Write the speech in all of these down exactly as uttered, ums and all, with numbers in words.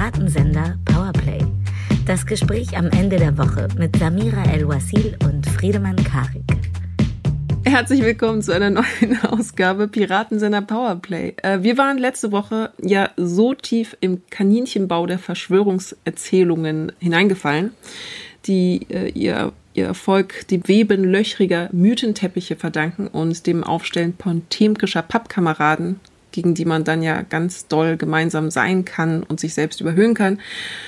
Piratensender Powerplay. Das Gespräch am Ende der Woche mit Samira El-Wasil und Friedemann Karik. Herzlich willkommen zu einer neuen Ausgabe Piratensender Powerplay. Wir waren letzte Woche ja so tief im Kaninchenbau der Verschwörungserzählungen hineingefallen, die äh, ihr, ihr Erfolg dem Weben löchriger Mythenteppiche verdanken und dem Aufstellen potemkischer Pappkameraden, gegen die man dann ja ganz doll gemeinsam sein kann und sich selbst überhöhen kann.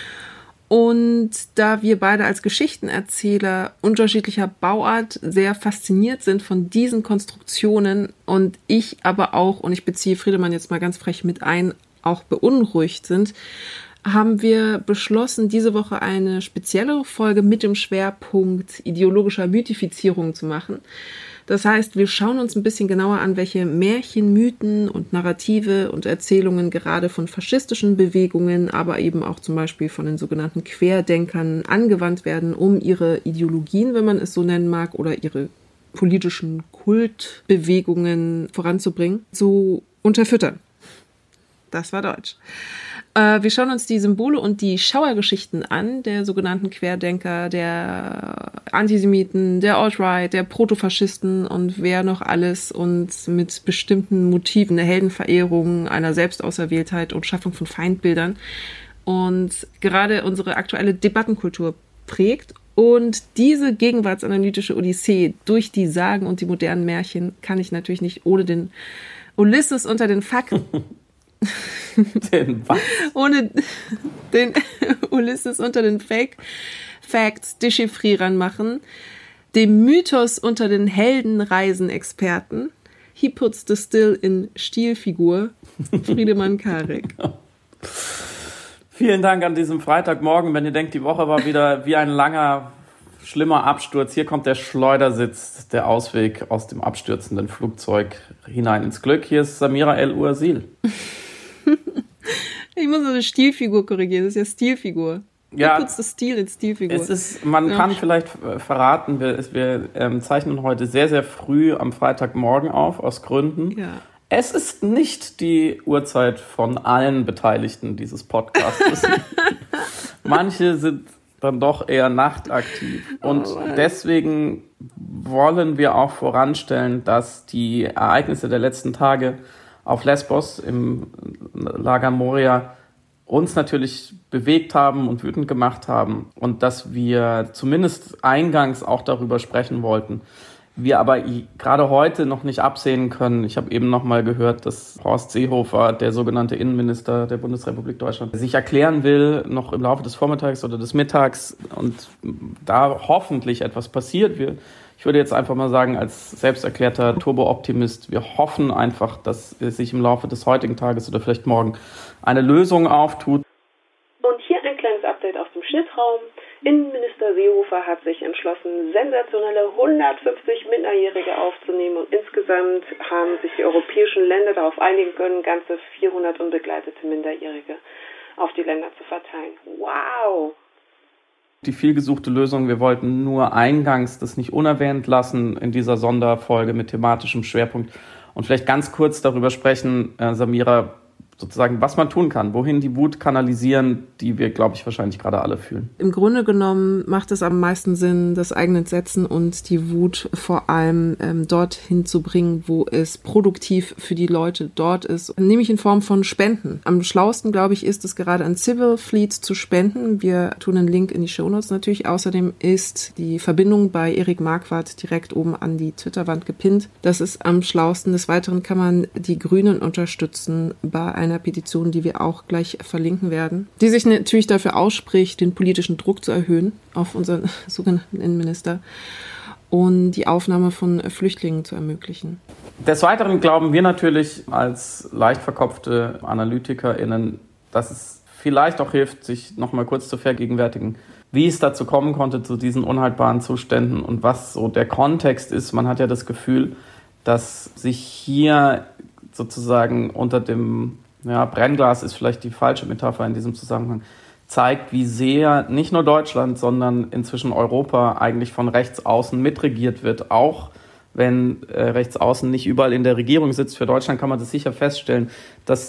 Und da wir beide als Geschichtenerzähler unterschiedlicher Bauart sehr fasziniert sind von diesen Konstruktionen und ich aber auch, und ich beziehe Friedemann jetzt mal ganz frech mit ein, auch beunruhigt sind, haben wir beschlossen, diese Woche eine speziellere Folge mit dem Schwerpunkt ideologischer Mythifizierung zu machen. Das heißt, wir schauen uns ein bisschen genauer an, welche Märchen, Mythen und Narrative und Erzählungen gerade von faschistischen Bewegungen, aber eben auch zum Beispiel von den sogenannten Querdenkern angewandt werden, um ihre Ideologien, wenn man es so nennen mag, oder ihre politischen Kultbewegungen voranzubringen, zu unterfüttern. Das war Deutsch. Wir schauen uns die Symbole und die Schauergeschichten an, der sogenannten Querdenker, der Antisemiten, der Alt-Right, der Protofaschisten und wer noch alles uns mit bestimmten Motiven der Heldenverehrung, einer Selbstauserwähltheit und Schaffung von Feindbildern und gerade unsere aktuelle Debattenkultur prägt. Und diese gegenwartsanalytische Odyssee durch die Sagen und die modernen Märchen kann ich natürlich nicht ohne den Ulysses unter den Fakten Den was? Ohne den Ulysses unter den Fake Facts Dechiffrierern machen, dem Mythos unter den Heldenreisen-Experten. He puts the still in Stilfigur. Friedemann Karik. Vielen Dank an diesem Freitagmorgen. Wenn ihr denkt, die Woche war wieder wie ein langer, schlimmer Absturz, hier kommt der Schleudersitz, der Ausweg aus dem abstürzenden Flugzeug hinein ins Glück. Hier ist Samira El-Wasil. Ich muss eine Stilfigur korrigieren, das ist ja Stilfigur. Ja, du putzt das Stil in Stilfigur. Es ist, man ja. kann vielleicht verraten, wir, wir ähm, zeichnen heute sehr, sehr früh am Freitagmorgen auf, aus Gründen. Ja. Es ist nicht die Uhrzeit von allen Beteiligten dieses Podcasts. Manche sind dann doch eher nachtaktiv. Und oh deswegen wollen wir auch voranstellen, dass die Ereignisse der letzten Tage auf Lesbos im Lager Moria uns natürlich bewegt haben und wütend gemacht haben und dass wir zumindest eingangs auch darüber sprechen wollten. Wir aber gerade heute noch nicht absehen können. Ich habe eben noch mal gehört, dass Horst Seehofer, der sogenannte Innenminister der Bundesrepublik Deutschland, sich erklären will, noch im Laufe des Vormittags oder des Mittags und da hoffentlich etwas passiert. Wir Ich würde jetzt einfach mal sagen, als selbsterklärter Turbo-Optimist, wir hoffen einfach, dass sich im Laufe des heutigen Tages oder vielleicht morgen eine Lösung auftut. Und hier ein kleines Update aus dem Schnittraum. Innenminister Seehofer hat sich entschlossen, sensationelle hundertfünfzig Minderjährige aufzunehmen. Und insgesamt haben sich die europäischen Länder darauf einigen können, ganze vierhundert unbegleitete Minderjährige auf die Länder zu verteilen. Wow! Die vielgesuchte Lösung, wir wollten nur eingangs das nicht unerwähnt lassen in dieser Sonderfolge mit thematischem Schwerpunkt und vielleicht ganz kurz darüber sprechen, äh, Samira, sozusagen, was man tun kann, wohin die Wut kanalisieren, die wir, glaube ich, wahrscheinlich gerade alle fühlen. Im Grunde genommen macht es am meisten Sinn, das eigene Entsetzen und die Wut vor allem ähm, dorthin zu bringen, wo es produktiv für die Leute dort ist, nämlich in Form von Spenden. Am schlauesten, glaube ich, ist es gerade an Civil Fleet zu spenden. Wir tun einen Link in die Shownotes natürlich. Außerdem ist die Verbindung bei Erik Marquardt direkt oben an die Twitter-Wand gepinnt. Das ist am schlauesten. Des Weiteren kann man die Grünen unterstützen bei einer Petition, die wir auch gleich verlinken werden, die sich natürlich dafür ausspricht, den politischen Druck zu erhöhen auf unseren sogenannten Innenminister und die Aufnahme von Flüchtlingen zu ermöglichen. Des Weiteren glauben wir natürlich als leicht verkopfte AnalytikerInnen, dass es vielleicht auch hilft, sich nochmal kurz zu vergegenwärtigen, wie es dazu kommen konnte, zu diesen unhaltbaren Zuständen und was so der Kontext ist. Man hat ja das Gefühl, dass sich hier sozusagen unter dem ja, Brennglas ist vielleicht die falsche Metapher in diesem Zusammenhang, zeigt, wie sehr nicht nur Deutschland, sondern inzwischen Europa eigentlich von rechts außen mitregiert wird, auch wenn äh, rechts außen nicht überall in der Regierung sitzt. Für Deutschland kann man das sicher feststellen, dass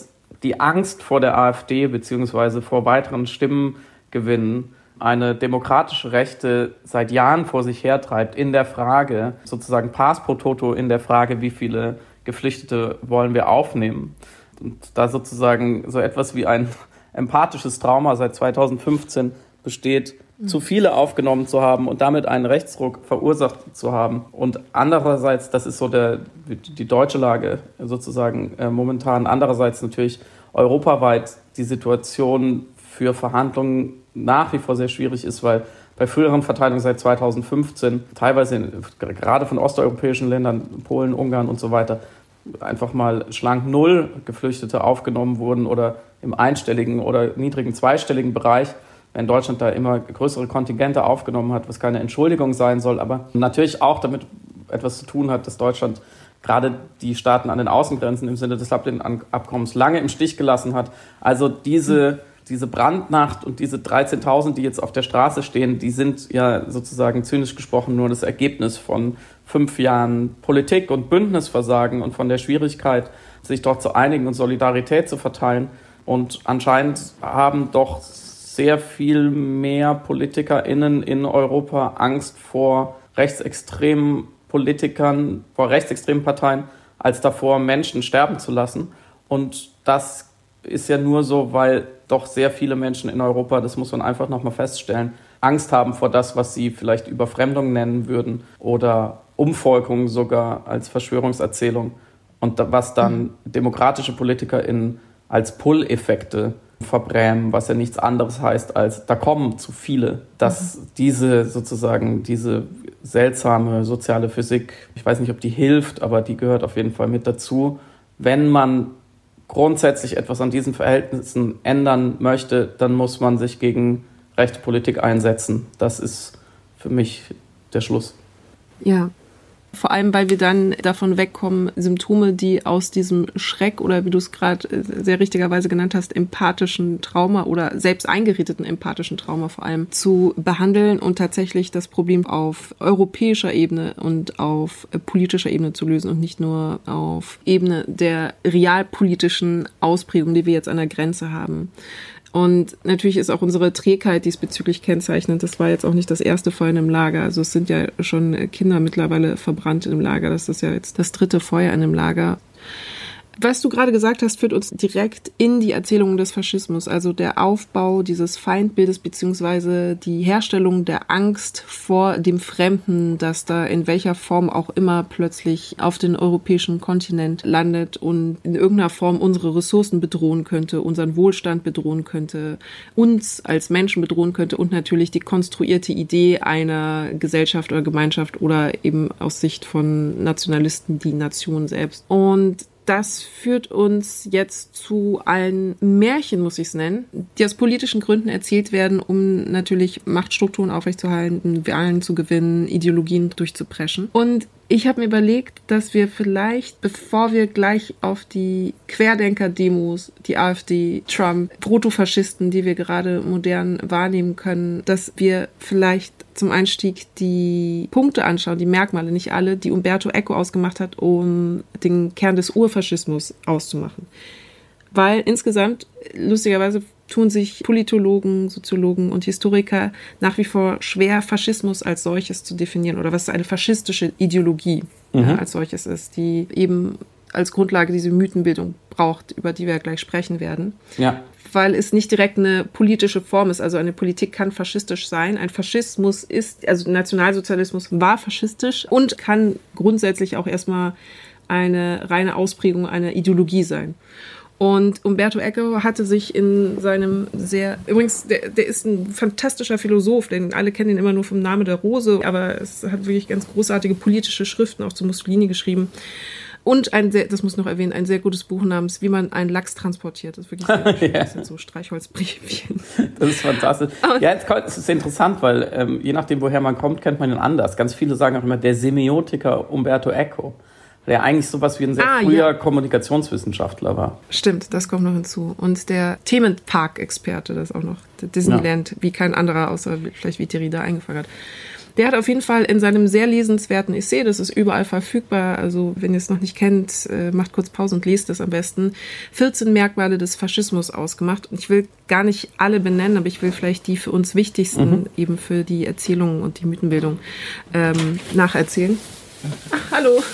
die Angst vor der AfD beziehungsweise vor weiteren Stimmengewinnen eine demokratische Rechte seit Jahren vor sich hertreibt in der Frage, sozusagen Pars pro toto in der Frage, wie viele Geflüchtete wollen wir aufnehmen. Und da sozusagen so etwas wie ein empathisches Trauma seit zweitausendfünfzehn besteht, mhm. zu viele aufgenommen zu haben und damit einen Rechtsruck verursacht zu haben. Und andererseits, das ist so der, die deutsche Lage sozusagen äh, momentan, andererseits natürlich europaweit die Situation für Verhandlungen nach wie vor sehr schwierig ist, weil bei früheren Verteilungen seit zweitausendfünfzehn, teilweise in, gerade von osteuropäischen Ländern, Polen, Ungarn und so weiter, einfach mal schlank null Geflüchtete aufgenommen wurden oder im einstelligen oder niedrigen zweistelligen Bereich, wenn Deutschland da immer größere Kontingente aufgenommen hat, was keine Entschuldigung sein soll, aber natürlich auch damit etwas zu tun hat, dass Deutschland gerade die Staaten an den Außengrenzen im Sinne des Dublin-Abkommens lange im Stich gelassen hat. Also diese Diese Brandnacht und diese dreizehntausend, die jetzt auf der Straße stehen, die sind ja sozusagen zynisch gesprochen nur das Ergebnis von fünf Jahren Politik und Bündnisversagen und von der Schwierigkeit, sich dort zu einigen und Solidarität zu verteilen. Und anscheinend haben doch sehr viel mehr PolitikerInnen in Europa Angst vor rechtsextremen Politikern, vor rechtsextremen Parteien, als davor, Menschen sterben zu lassen. Und das ist ja nur so, weil doch sehr viele Menschen in Europa, das muss man einfach nochmal feststellen, Angst haben vor das, was sie vielleicht Überfremdung nennen würden oder Umvolkung sogar als Verschwörungserzählung und was dann demokratische PolitikerInnen als Pull-Effekte verbrämen, was ja nichts anderes heißt als, da kommen zu viele, dass mhm. diese sozusagen, diese seltsame soziale Physik, ich weiß nicht, ob die hilft, aber die gehört auf jeden Fall mit dazu, wenn man grundsätzlich etwas an diesen Verhältnissen ändern möchte, dann muss man sich gegen rechte Politik einsetzen. Das ist für mich der Schluss. Ja, vor allem, weil wir dann davon wegkommen, Symptome, die aus diesem Schreck oder wie du es gerade sehr richtigerweise genannt hast, empathischen Trauma oder selbst eingeredeten empathischen Trauma vor allem zu behandeln und tatsächlich das Problem auf europäischer Ebene und auf politischer Ebene zu lösen und nicht nur auf Ebene der realpolitischen Ausprägung, die wir jetzt an der Grenze haben. Und natürlich ist auch unsere Trägheit diesbezüglich kennzeichnend. Das war jetzt auch nicht das erste Feuer im Lager. Also es sind ja schon Kinder mittlerweile verbrannt im Lager. Das ist ja jetzt das dritte Feuer in einem Lager. Was du gerade gesagt hast, führt uns direkt in die Erzählung des Faschismus, also der Aufbau dieses Feindbildes beziehungsweise die Herstellung der Angst vor dem Fremden, das da in welcher Form auch immer plötzlich auf den europäischen Kontinent landet und in irgendeiner Form unsere Ressourcen bedrohen könnte, unseren Wohlstand bedrohen könnte, uns als Menschen bedrohen könnte und natürlich die konstruierte Idee einer Gesellschaft oder Gemeinschaft oder eben aus Sicht von Nationalisten die Nation selbst. Und das führt uns jetzt zu allen Märchen, muss ich es nennen, die aus politischen Gründen erzählt werden, um natürlich Machtstrukturen aufrechtzuerhalten, Wahlen zu gewinnen, Ideologien durchzupreschen. Und ich habe mir überlegt, dass wir vielleicht, bevor wir gleich auf die Querdenker-Demos, die AfD, Trump, Protofaschisten, die wir gerade modern wahrnehmen können, dass wir vielleicht zum Einstieg die Punkte anschauen, die Merkmale, nicht alle, die Umberto Eco ausgemacht hat, um den Kern des Urfaschismus auszumachen. Weil insgesamt, lustigerweise, tun sich Politologen, Soziologen und Historiker nach wie vor schwer, Faschismus als solches zu definieren oder was eine faschistische Ideologie mhm. ja, als solches ist, die eben als Grundlage diese Mythenbildung braucht, über die wir gleich sprechen werden. Ja. Weil es nicht direkt eine politische Form ist. Also eine Politik kann faschistisch sein. Ein Faschismus ist, also Nationalsozialismus war faschistisch und kann grundsätzlich auch erstmal eine reine Ausprägung einer Ideologie sein. Und Umberto Eco hatte sich in seinem sehr, übrigens, der, der ist ein fantastischer Philosoph, denn alle kennen ihn immer nur vom Namen der Rose, aber es hat wirklich ganz großartige politische Schriften auch zu Mussolini geschrieben. Und ein sehr, das muss ich noch erwähnen, ein sehr gutes Buch namens Wie man einen Lachs transportiert. Das ist wirklich sehr schön. Das sind so Streichholzbriefchen. Das ist fantastisch. Ja, jetzt kommt, es ist interessant, weil ähm, je nachdem, woher man kommt, kennt man ihn anders. Ganz viele sagen auch immer, der Semiotiker Umberto Eco, der eigentlich sowas wie ein sehr ah, früher ja. Kommunikationswissenschaftler war. Stimmt, das kommt noch hinzu. Und der Themenpark-Experte, das auch noch. Der Disneyland, ja. wie kein anderer, außer vielleicht wie Derrida eingefangen hat. Der hat auf jeden Fall in seinem sehr lesenswerten Essay, das ist überall verfügbar, also wenn ihr es noch nicht kennt, macht kurz Pause und lest es am besten, vierzehn Merkmale des Faschismus ausgemacht. Und ich will gar nicht alle benennen, aber ich will vielleicht die für uns wichtigsten, mhm. eben für die Erzählungen und die Mythenbildung ähm, nacherzählen. Ach, hallo.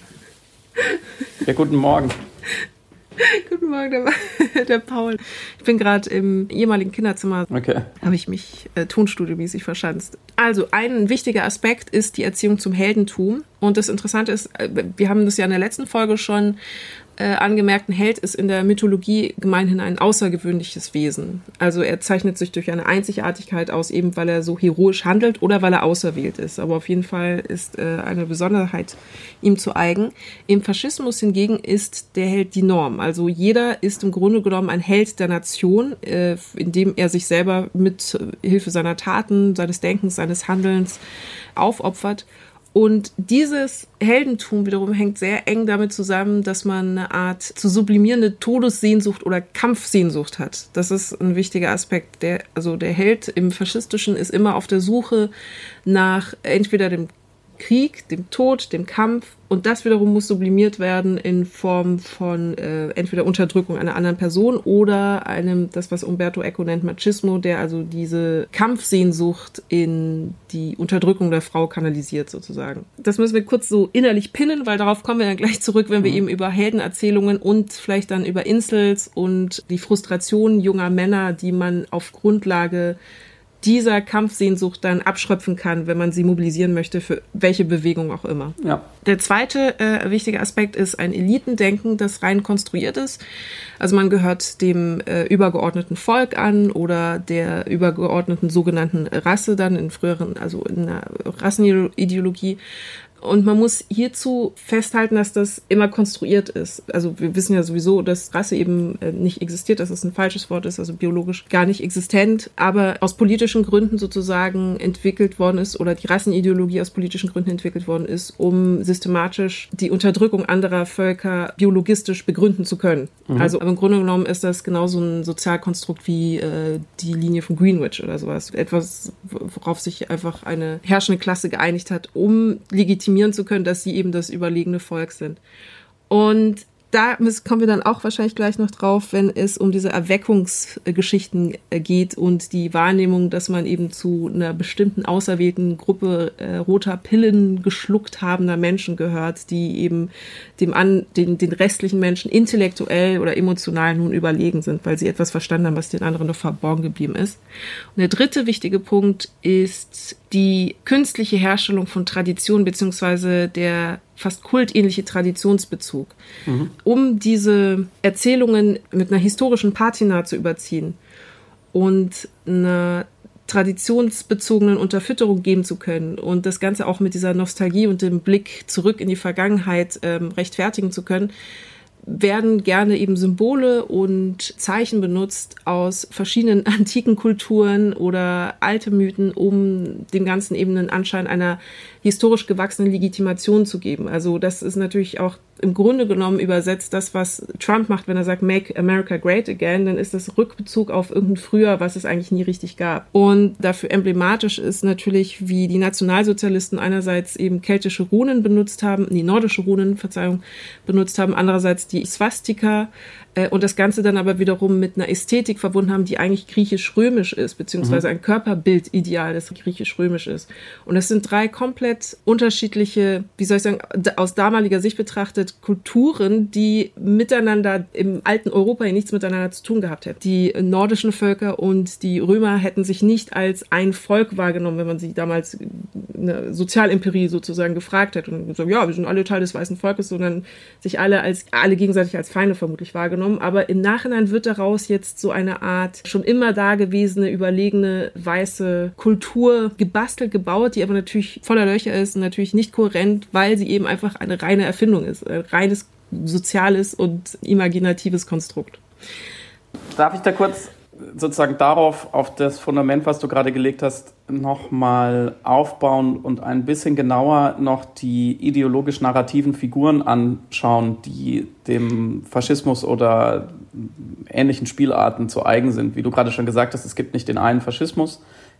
Ja, guten Morgen. Guten Morgen, der, der Paul. Ich bin gerade im ehemaligen Kinderzimmer. Okay. Habe ich mich äh, tonstudiomäßig verschanzt. Also ein wichtiger Aspekt ist die Erziehung zum Heldentum. Und das Interessante ist, wir haben das ja in der letzten Folge schon äh, angemerkt, ein Held ist in der Mythologie gemeinhin ein außergewöhnliches Wesen. Also er zeichnet sich durch eine Einzigartigkeit aus, eben weil er so heroisch handelt oder weil er auserwählt ist. Aber auf jeden Fall ist äh, eine Besonderheit ihm zu eigen. Im Faschismus hingegen ist der Held die Norm. Also jeder ist im Grunde genommen ein Held der Nation, äh, indem er sich selber mit Hilfe seiner Taten, seines Denkens, seines Handelns aufopfert. Und dieses Heldentum wiederum hängt sehr eng damit zusammen, dass man eine Art zu sublimierende Todessehnsucht oder Kampfsehnsucht hat. Das ist ein wichtiger Aspekt. Der, also der Held im Faschistischen ist immer auf der Suche nach entweder dem Krieg, dem Tod, dem Kampf. Und das wiederum muss sublimiert werden in Form von äh, entweder Unterdrückung einer anderen Person oder einem, das was Umberto Eco nennt, Machismo, der also diese Kampfsehnsucht in die Unterdrückung der Frau kanalisiert sozusagen. Das müssen wir kurz so innerlich pinnen, weil darauf kommen wir dann gleich zurück, wenn wir mhm. eben über Heldenerzählungen und vielleicht dann über Incels und die Frustration junger Männer, die man auf Grundlage dieser Kampfsehnsucht dann abschröpfen kann, wenn man sie mobilisieren möchte, für welche Bewegung auch immer. Ja. Der zweite äh, wichtige Aspekt ist ein Elitendenken, das rein konstruiert ist. Also man gehört dem äh, übergeordneten Volk an oder der übergeordneten sogenannten Rasse dann in früheren, also in einer Rassenideologie. Und man muss hierzu festhalten, dass das immer konstruiert ist. Also wir wissen ja sowieso, dass Rasse eben nicht existiert, dass es ein falsches Wort ist, also biologisch gar nicht existent, aber aus politischen Gründen sozusagen entwickelt worden ist oder die Rassenideologie aus politischen Gründen entwickelt worden ist, um systematisch die Unterdrückung anderer Völker biologistisch begründen zu können. Mhm. Also im Grunde genommen ist das genauso ein Sozialkonstrukt wie äh, die Linie von Greenwich oder sowas. Etwas, worauf sich einfach eine herrschende Klasse geeinigt hat, um legitimieren zu können, dass sie eben das überlegene Volk sind. Und da kommen wir dann auch wahrscheinlich gleich noch drauf, wenn es um diese Erweckungsgeschichten geht und die Wahrnehmung, dass man eben zu einer bestimmten auserwählten Gruppe äh, roter Pillen geschluckt habender Menschen gehört, die eben dem an, den, den restlichen Menschen intellektuell oder emotional nun überlegen sind, weil sie etwas verstanden haben, was den anderen noch verborgen geblieben ist. Und der dritte wichtige Punkt ist die künstliche Herstellung von Tradition beziehungsweise der fast kultähnliche Traditionsbezug, mhm. um diese Erzählungen mit einer historischen Patina zu überziehen und einer traditionsbezogenen Unterfütterung geben zu können und das Ganze auch mit dieser Nostalgie und dem Blick zurück in die Vergangenheit ähm, rechtfertigen zu können, werden gerne eben Symbole und Zeichen benutzt aus verschiedenen antiken Kulturen oder alte Mythen, um dem Ganzen eben einen Anschein einer historisch gewachsenen Legitimation zu geben. Also das ist natürlich auch im Grunde genommen übersetzt das, was Trump macht, wenn er sagt, Make America Great Again, dann ist das Rückbezug auf irgendein Früher, was es eigentlich nie richtig gab. Und dafür emblematisch ist natürlich, wie die Nationalsozialisten einerseits eben keltische Runen benutzt haben, nee, nordische Runen, Verzeihung, benutzt haben, andererseits die Swastika äh, und das Ganze dann aber wiederum mit einer Ästhetik verbunden haben, die eigentlich griechisch-römisch ist, beziehungsweise mhm. ein Körperbildideal, das griechisch-römisch ist. Und das sind drei komplett unterschiedliche, wie soll ich sagen, aus damaliger Sicht betrachtet, Kulturen, die miteinander im alten Europa nichts miteinander zu tun gehabt hätten. Die nordischen Völker und die Römer hätten sich nicht als ein Volk wahrgenommen, wenn man sie damals eine Sozialimperie sozusagen gefragt hätte und gesagt, ja, wir sind alle Teil des weißen Volkes, sondern sich alle als alle gegenseitig als Feinde vermutlich wahrgenommen. Aber im Nachhinein wird daraus jetzt so eine Art schon immer dagewesene, überlegene, weiße Kultur gebastelt, gebaut, die aber natürlich voller Löcher ist und natürlich nicht kohärent, weil sie eben einfach eine reine Erfindung ist. Ein reines soziales und imaginatives Konstrukt. Darf ich da kurz sozusagen darauf, auf das Fundament, was du gerade gelegt hast, nochmal aufbauen und ein bisschen genauer noch die ideologisch-narrativen Figuren anschauen, die dem Faschismus oder ähnlichen Spielarten zu eigen sind. Wie du gerade schon gesagt hast, es gibt nicht den einen Faschismus,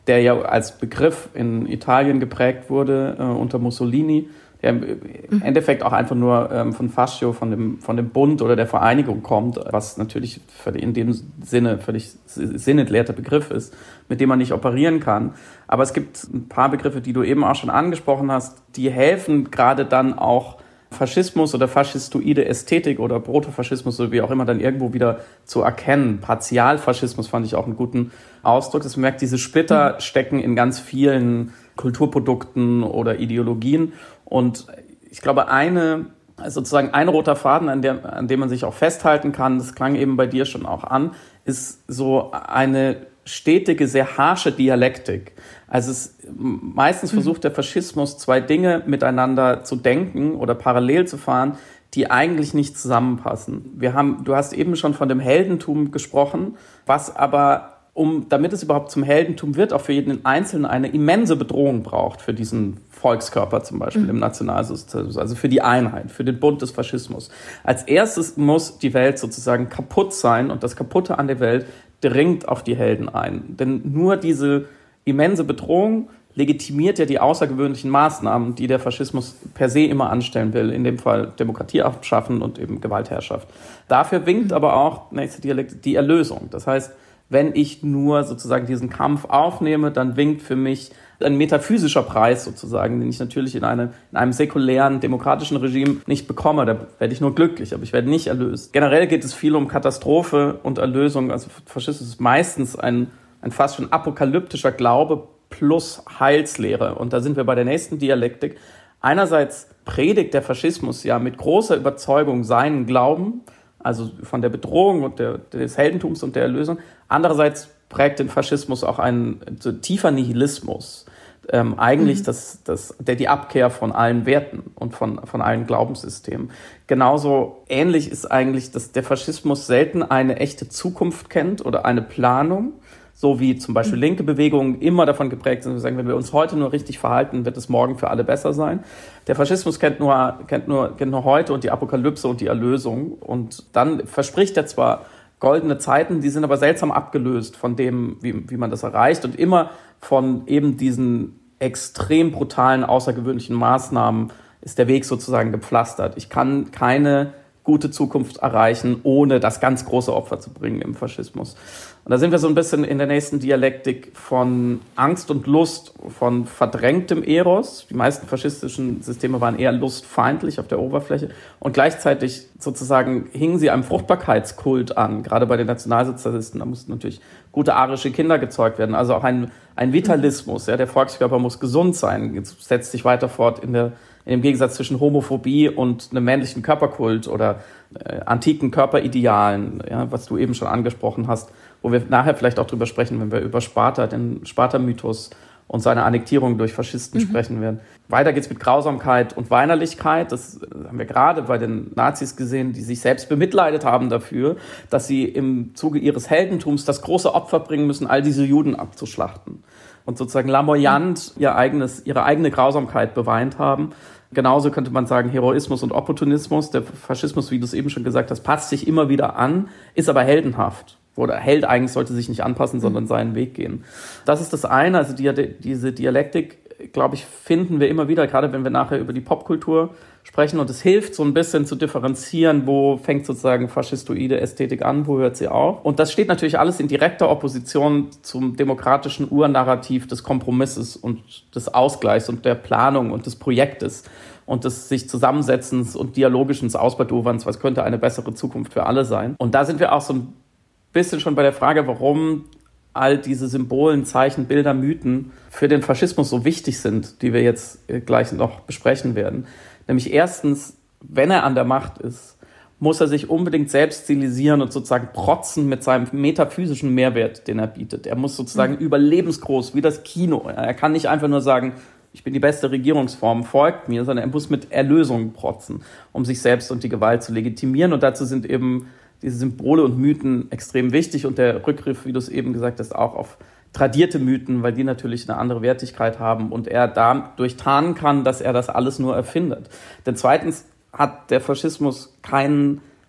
der ja als Begriff in Italien geprägt wurde äh, unter Mussolini, der im Endeffekt auch einfach nur ähm, von Fascio, von dem, von dem Bund oder der Vereinigung kommt, was natürlich in dem Sinne völlig sinnentleerter Begriff ist, mit dem man nicht operieren kann. Aber es gibt ein paar Begriffe, die du eben auch schon angesprochen hast, die helfen gerade dann auch Faschismus oder faschistoide Ästhetik oder Protofaschismus oder wie auch immer dann irgendwo wieder zu erkennen. Partialfaschismus fand ich auch einen guten Ausdruck. Das merkt, diese Splitter stecken in ganz vielen Kulturprodukten oder Ideologien. Und ich glaube, eine, sozusagen ein roter Faden, an, der, an dem man sich auch festhalten kann, das klang eben bei dir schon auch an, ist so eine stetige, sehr harsche Dialektik. Also es, meistens versucht der Faschismus, zwei Dinge miteinander zu denken oder parallel zu fahren, die eigentlich nicht zusammenpassen. Wir haben, du hast eben schon von dem Heldentum gesprochen, was aber, um, damit es überhaupt zum Heldentum wird, auch für jeden Einzelnen eine immense Bedrohung braucht für diesen Volkskörper zum Beispiel mhm. im Nationalsozialismus, also für die Einheit, für den Bund des Faschismus. Als erstes muss die Welt sozusagen kaputt sein und das Kaputte an der Welt dringt auf die Helden ein. Denn nur diese immense Bedrohung legitimiert ja die außergewöhnlichen Maßnahmen, die der Faschismus per se immer anstellen will, in dem Fall Demokratie abschaffen und eben Gewaltherrschaft. Dafür winkt aber auch, nächste Dialekt, die Erlösung. Das heißt, wenn ich nur sozusagen diesen Kampf aufnehme, dann winkt für mich ein metaphysischer Preis sozusagen, den ich natürlich in, eine, in einem säkulären, demokratischen Regime nicht bekomme. Da werde ich nur glücklich, aber ich werde nicht erlöst. Generell geht es viel um Katastrophe und Erlösung. Also Faschismus ist meistens ein, ein fast schon apokalyptischer Glaube plus Heilslehre. Und da sind wir bei der nächsten Dialektik. Einerseits predigt der Faschismus ja mit großer Überzeugung seinen Glauben, also von der Bedrohung und der, des Heldentums und der Erlösung. Andererseits prägt den Faschismus auch ein so tiefer Nihilismus, ähm, eigentlich mhm. das, das, der die Abkehr von allen Werten und von, von allen Glaubenssystemen. Genauso ähnlich ist eigentlich, dass der Faschismus selten eine echte Zukunft kennt oder eine Planung, so wie zum Beispiel linke Bewegungen immer davon geprägt sind, dass wir sagen, wenn wir uns heute nur richtig verhalten, wird es morgen für alle besser sein. Der Faschismus kennt nur, kennt nur, kennt nur heute und die Apokalypse und die Erlösung. Und dann verspricht er zwar goldene Zeiten, die sind aber seltsam abgelöst von dem, wie, wie man das erreicht und immer von eben diesen extrem brutalen, außergewöhnlichen Maßnahmen ist der Weg sozusagen gepflastert. Ich kann keine gute Zukunft erreichen, ohne das ganz große Opfer zu bringen im Faschismus. Und da sind wir so ein bisschen in der nächsten Dialektik von Angst und Lust, von verdrängtem Eros. Die meisten faschistischen Systeme waren eher lustfeindlich auf der Oberfläche und gleichzeitig sozusagen hingen sie einem Fruchtbarkeitskult an, gerade bei den Nationalsozialisten. Da mussten natürlich gute arische Kinder gezeugt werden, also auch ein, ein Vitalismus. Ja, der Volkskörper muss gesund sein, jetzt setzt sich weiter fort in der in dem Gegensatz zwischen Homophobie und einem männlichen Körperkult oder äh, antiken Körperidealen, ja, was du eben schon angesprochen hast, wo wir nachher vielleicht auch drüber sprechen, wenn wir über Sparta, den Sparta-Mythos und seine Annektierung durch Faschisten mhm. sprechen werden. Weiter geht's mit Grausamkeit und Weinerlichkeit. Das haben wir gerade bei den Nazis gesehen, die sich selbst bemitleidet haben dafür, dass sie im Zuge ihres Heldentums das große Opfer bringen müssen, all diese Juden abzuschlachten. Und sozusagen lamoyant ihr eigenes, ihre eigene Grausamkeit beweint haben. Genauso könnte man sagen, Heroismus und Opportunismus. Der Faschismus, wie du es eben schon gesagt hast, passt sich immer wieder an, ist aber heldenhaft. Oder Held eigentlich sollte sich nicht anpassen, sondern seinen Weg gehen. Das ist das eine, also die, diese Dialektik, glaube ich, finden wir immer wieder, gerade wenn wir nachher über die Popkultur sprechen. Und es hilft so ein bisschen zu differenzieren, wo fängt sozusagen faschistoide Ästhetik an, wo hört sie auf. Und das steht natürlich alles in direkter Opposition zum demokratischen Urnarrativ des Kompromisses und des Ausgleichs und der Planung und des Projektes und des sich Zusammensetzens und dialogischen Ausbaduwerns, was könnte eine bessere Zukunft für alle sein. Und da sind wir auch so ein bisschen schon bei der Frage, warum all diese Symbolen, Zeichen, Bilder, Mythen für den Faschismus so wichtig sind, die wir jetzt gleich noch besprechen werden. Nämlich erstens, wenn er an der Macht ist, muss er sich unbedingt selbst stilisieren und sozusagen protzen mit seinem metaphysischen Mehrwert, den er bietet. Er muss sozusagen mhm. überlebensgroß, wie das Kino. Er kann nicht einfach nur sagen, ich bin die beste Regierungsform, folgt mir, sondern er muss mit Erlösung protzen, um sich selbst und die Gewalt zu legitimieren. Und dazu sind eben diese Symbole und Mythen extrem wichtig und der Rückgriff, wie du es eben gesagt hast, auch auf tradierte Mythen, weil die natürlich eine andere Wertigkeit haben und er dadurch tarnen kann, dass er das alles nur erfindet. Denn zweitens hat der Faschismus keinen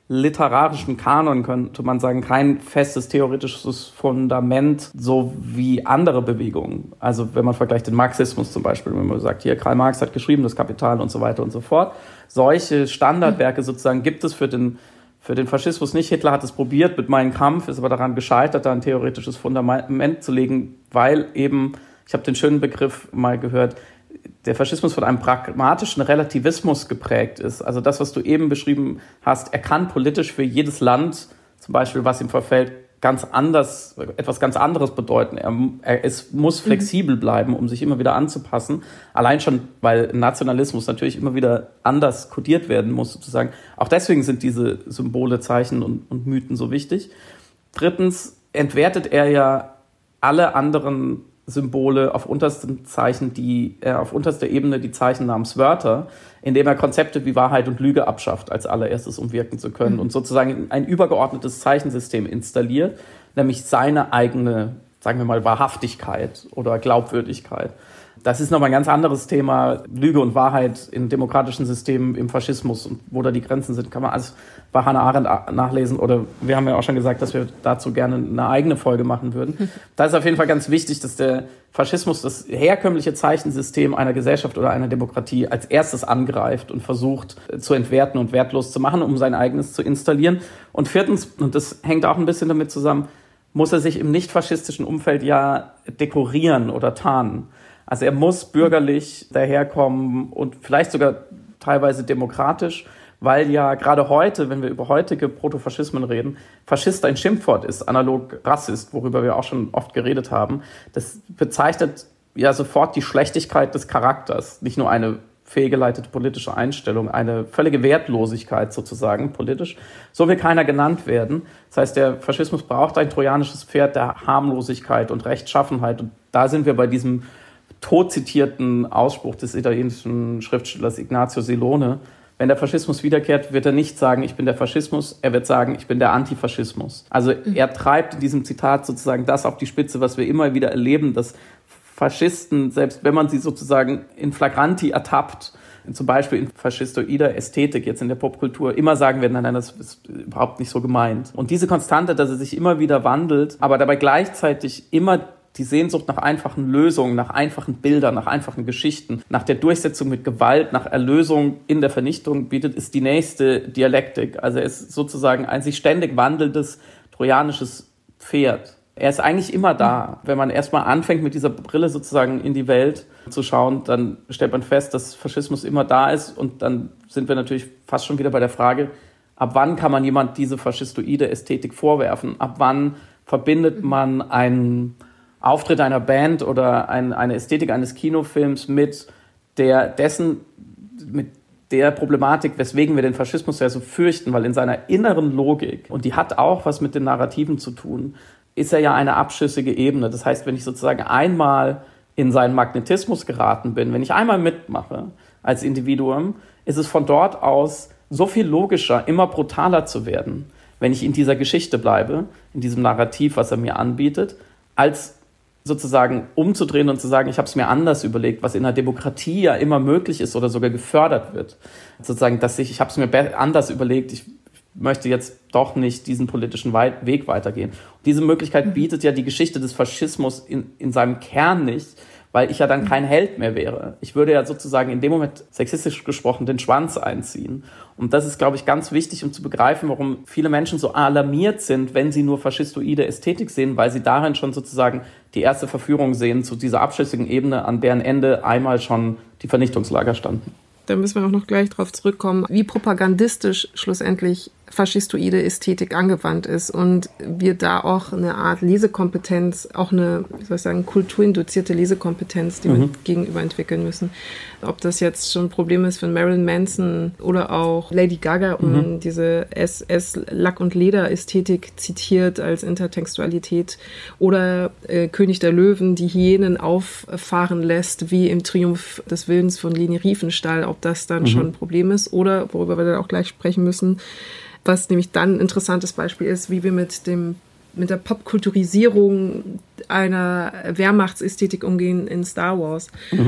literarischen Kanon, könnte man sagen, kein festes theoretisches Fundament, so wie andere Bewegungen. Also wenn man vergleicht den Marxismus zum Beispiel, wenn man sagt, hier Karl Marx hat geschrieben, das Kapital und so weiter und so fort. Solche Standardwerke sozusagen gibt es für den, für den Faschismus nicht. Hitler hat es probiert mit Mein Kampf, ist aber daran gescheitert, da ein theoretisches Fundament zu legen, weil eben, ich habe den schönen Begriff mal gehört, der Faschismus von einem pragmatischen Relativismus geprägt ist. Also das, was du eben beschrieben hast, er kann politisch für jedes Land, zum Beispiel was ihm verfällt, ganz anders, etwas ganz anderes bedeuten. Er, er es muss flexibel bleiben, um sich immer wieder anzupassen. Allein schon, weil Nationalismus natürlich immer wieder anders kodiert werden muss, sozusagen. Auch deswegen sind diese Symbole, Zeichen und, und Mythen so wichtig. Drittens entwertet er ja alle anderen Symbole auf untersten Zeichen, die äh, auf unterster Ebene die Zeichen namens Wörter, indem er Konzepte wie Wahrheit und Lüge abschafft als allererstes, um wirken zu können, mhm. und sozusagen ein übergeordnetes Zeichensystem installiert, nämlich seine eigene, sagen wir mal, Wahrhaftigkeit oder Glaubwürdigkeit. Das ist nochmal ein ganz anderes Thema. Lüge und Wahrheit in demokratischen Systemen, im Faschismus und wo da die Grenzen sind, kann man alles bei Hannah Arendt nachlesen. Oder wir haben ja auch schon gesagt, dass wir dazu gerne eine eigene Folge machen würden. Da ist auf jeden Fall ganz wichtig, dass der Faschismus das herkömmliche Zeichensystem einer Gesellschaft oder einer Demokratie als erstes angreift und versucht zu entwerten und wertlos zu machen, um sein eigenes zu installieren. Und viertens, und das hängt auch ein bisschen damit zusammen, muss er sich im nicht-faschistischen Umfeld ja dekorieren oder tarnen. Also er muss bürgerlich daherkommen und vielleicht sogar teilweise demokratisch, weil ja gerade heute, wenn wir über heutige Protofaschismen reden, Faschist ein Schimpfwort ist, analog Rassist, worüber wir auch schon oft geredet haben. Das bezeichnet ja sofort die Schlechtigkeit des Charakters, nicht nur eine fehlgeleitete politische Einstellung, eine völlige Wertlosigkeit sozusagen politisch. So will keiner genannt werden. Das heißt, der Faschismus braucht ein trojanisches Pferd der Harmlosigkeit und Rechtschaffenheit. Und da sind wir bei diesem totzitierten Ausspruch des italienischen Schriftstellers Ignazio Silone. Wenn der Faschismus wiederkehrt, wird er nicht sagen, ich bin der Faschismus, er wird sagen, ich bin der Antifaschismus. Also er treibt in diesem Zitat sozusagen das auf die Spitze, was wir immer wieder erleben, dass Faschisten, selbst wenn man sie sozusagen in flagranti ertappt, zum Beispiel in faschistoider Ästhetik, jetzt in der Popkultur, immer sagen werden, nein, nein, das ist überhaupt nicht so gemeint. Und diese Konstante, dass er sich immer wieder wandelt, aber dabei gleichzeitig immer die Sehnsucht nach einfachen Lösungen, nach einfachen Bildern, nach einfachen Geschichten, nach der Durchsetzung mit Gewalt, nach Erlösung in der Vernichtung bietet, ist die nächste Dialektik. Also er ist sozusagen ein sich ständig wandelndes trojanisches Pferd. Er ist eigentlich immer da. Wenn man erstmal anfängt, mit dieser Brille sozusagen in die Welt zu schauen, dann stellt man fest, dass Faschismus immer da ist. Und dann sind wir natürlich fast schon wieder bei der Frage, ab wann kann man jemand diese faschistoide Ästhetik vorwerfen? Ab wann verbindet man einen Auftritt einer Band oder ein, eine Ästhetik eines Kinofilms mit der dessen, mit der Problematik, weswegen wir den Faschismus ja so fürchten, weil in seiner inneren Logik, und die hat auch was mit den Narrativen zu tun, ist er ja eine abschüssige Ebene. Das heißt, wenn ich sozusagen einmal in seinen Magnetismus geraten bin, wenn ich einmal mitmache als Individuum, ist es von dort aus so viel logischer, immer brutaler zu werden, wenn ich in dieser Geschichte bleibe, in diesem Narrativ, was er mir anbietet, als sozusagen umzudrehen und zu sagen, ich habe es mir anders überlegt, was in einer Demokratie ja immer möglich ist oder sogar gefördert wird. Sozusagen, dass ich, ich habe es mir anders überlegt, ich möchte jetzt doch nicht diesen politischen Weg weitergehen. Und diese Möglichkeit bietet ja die Geschichte des Faschismus in, in seinem Kern nicht, weil ich ja dann kein Held mehr wäre. Ich würde ja sozusagen in dem Moment, sexistisch gesprochen, den Schwanz einziehen. Und das ist, glaube ich, ganz wichtig, um zu begreifen, warum viele Menschen so alarmiert sind, wenn sie nur faschistoide Ästhetik sehen, weil sie darin schon sozusagen die erste Verführung sehen zu dieser abschüssigen Ebene, an deren Ende einmal schon die Vernichtungslager standen. Da müssen wir auch noch gleich drauf zurückkommen, wie propagandistisch schlussendlich faschistoide Ästhetik angewandt ist und wir da auch eine Art Lesekompetenz, auch eine, wie soll ich sagen, kulturinduzierte Lesekompetenz, die mhm. wir gegenüber entwickeln müssen. Ob das jetzt schon ein Problem ist für Marilyn Manson oder auch Lady Gaga, um mhm. diese S S-Lack- und Leder-Ästhetik zitiert als Intertextualität oder äh, König der Löwen, die Hyänen auffahren lässt, wie im Triumph des Willens von Leni Riefenstahl, ob das dann mhm. schon ein Problem ist oder, worüber wir dann auch gleich sprechen müssen, was nämlich dann ein interessantes Beispiel ist, wie wir mit dem mit der Popkulturisierung einer Wehrmachtsästhetik umgehen in Star Wars. Mhm.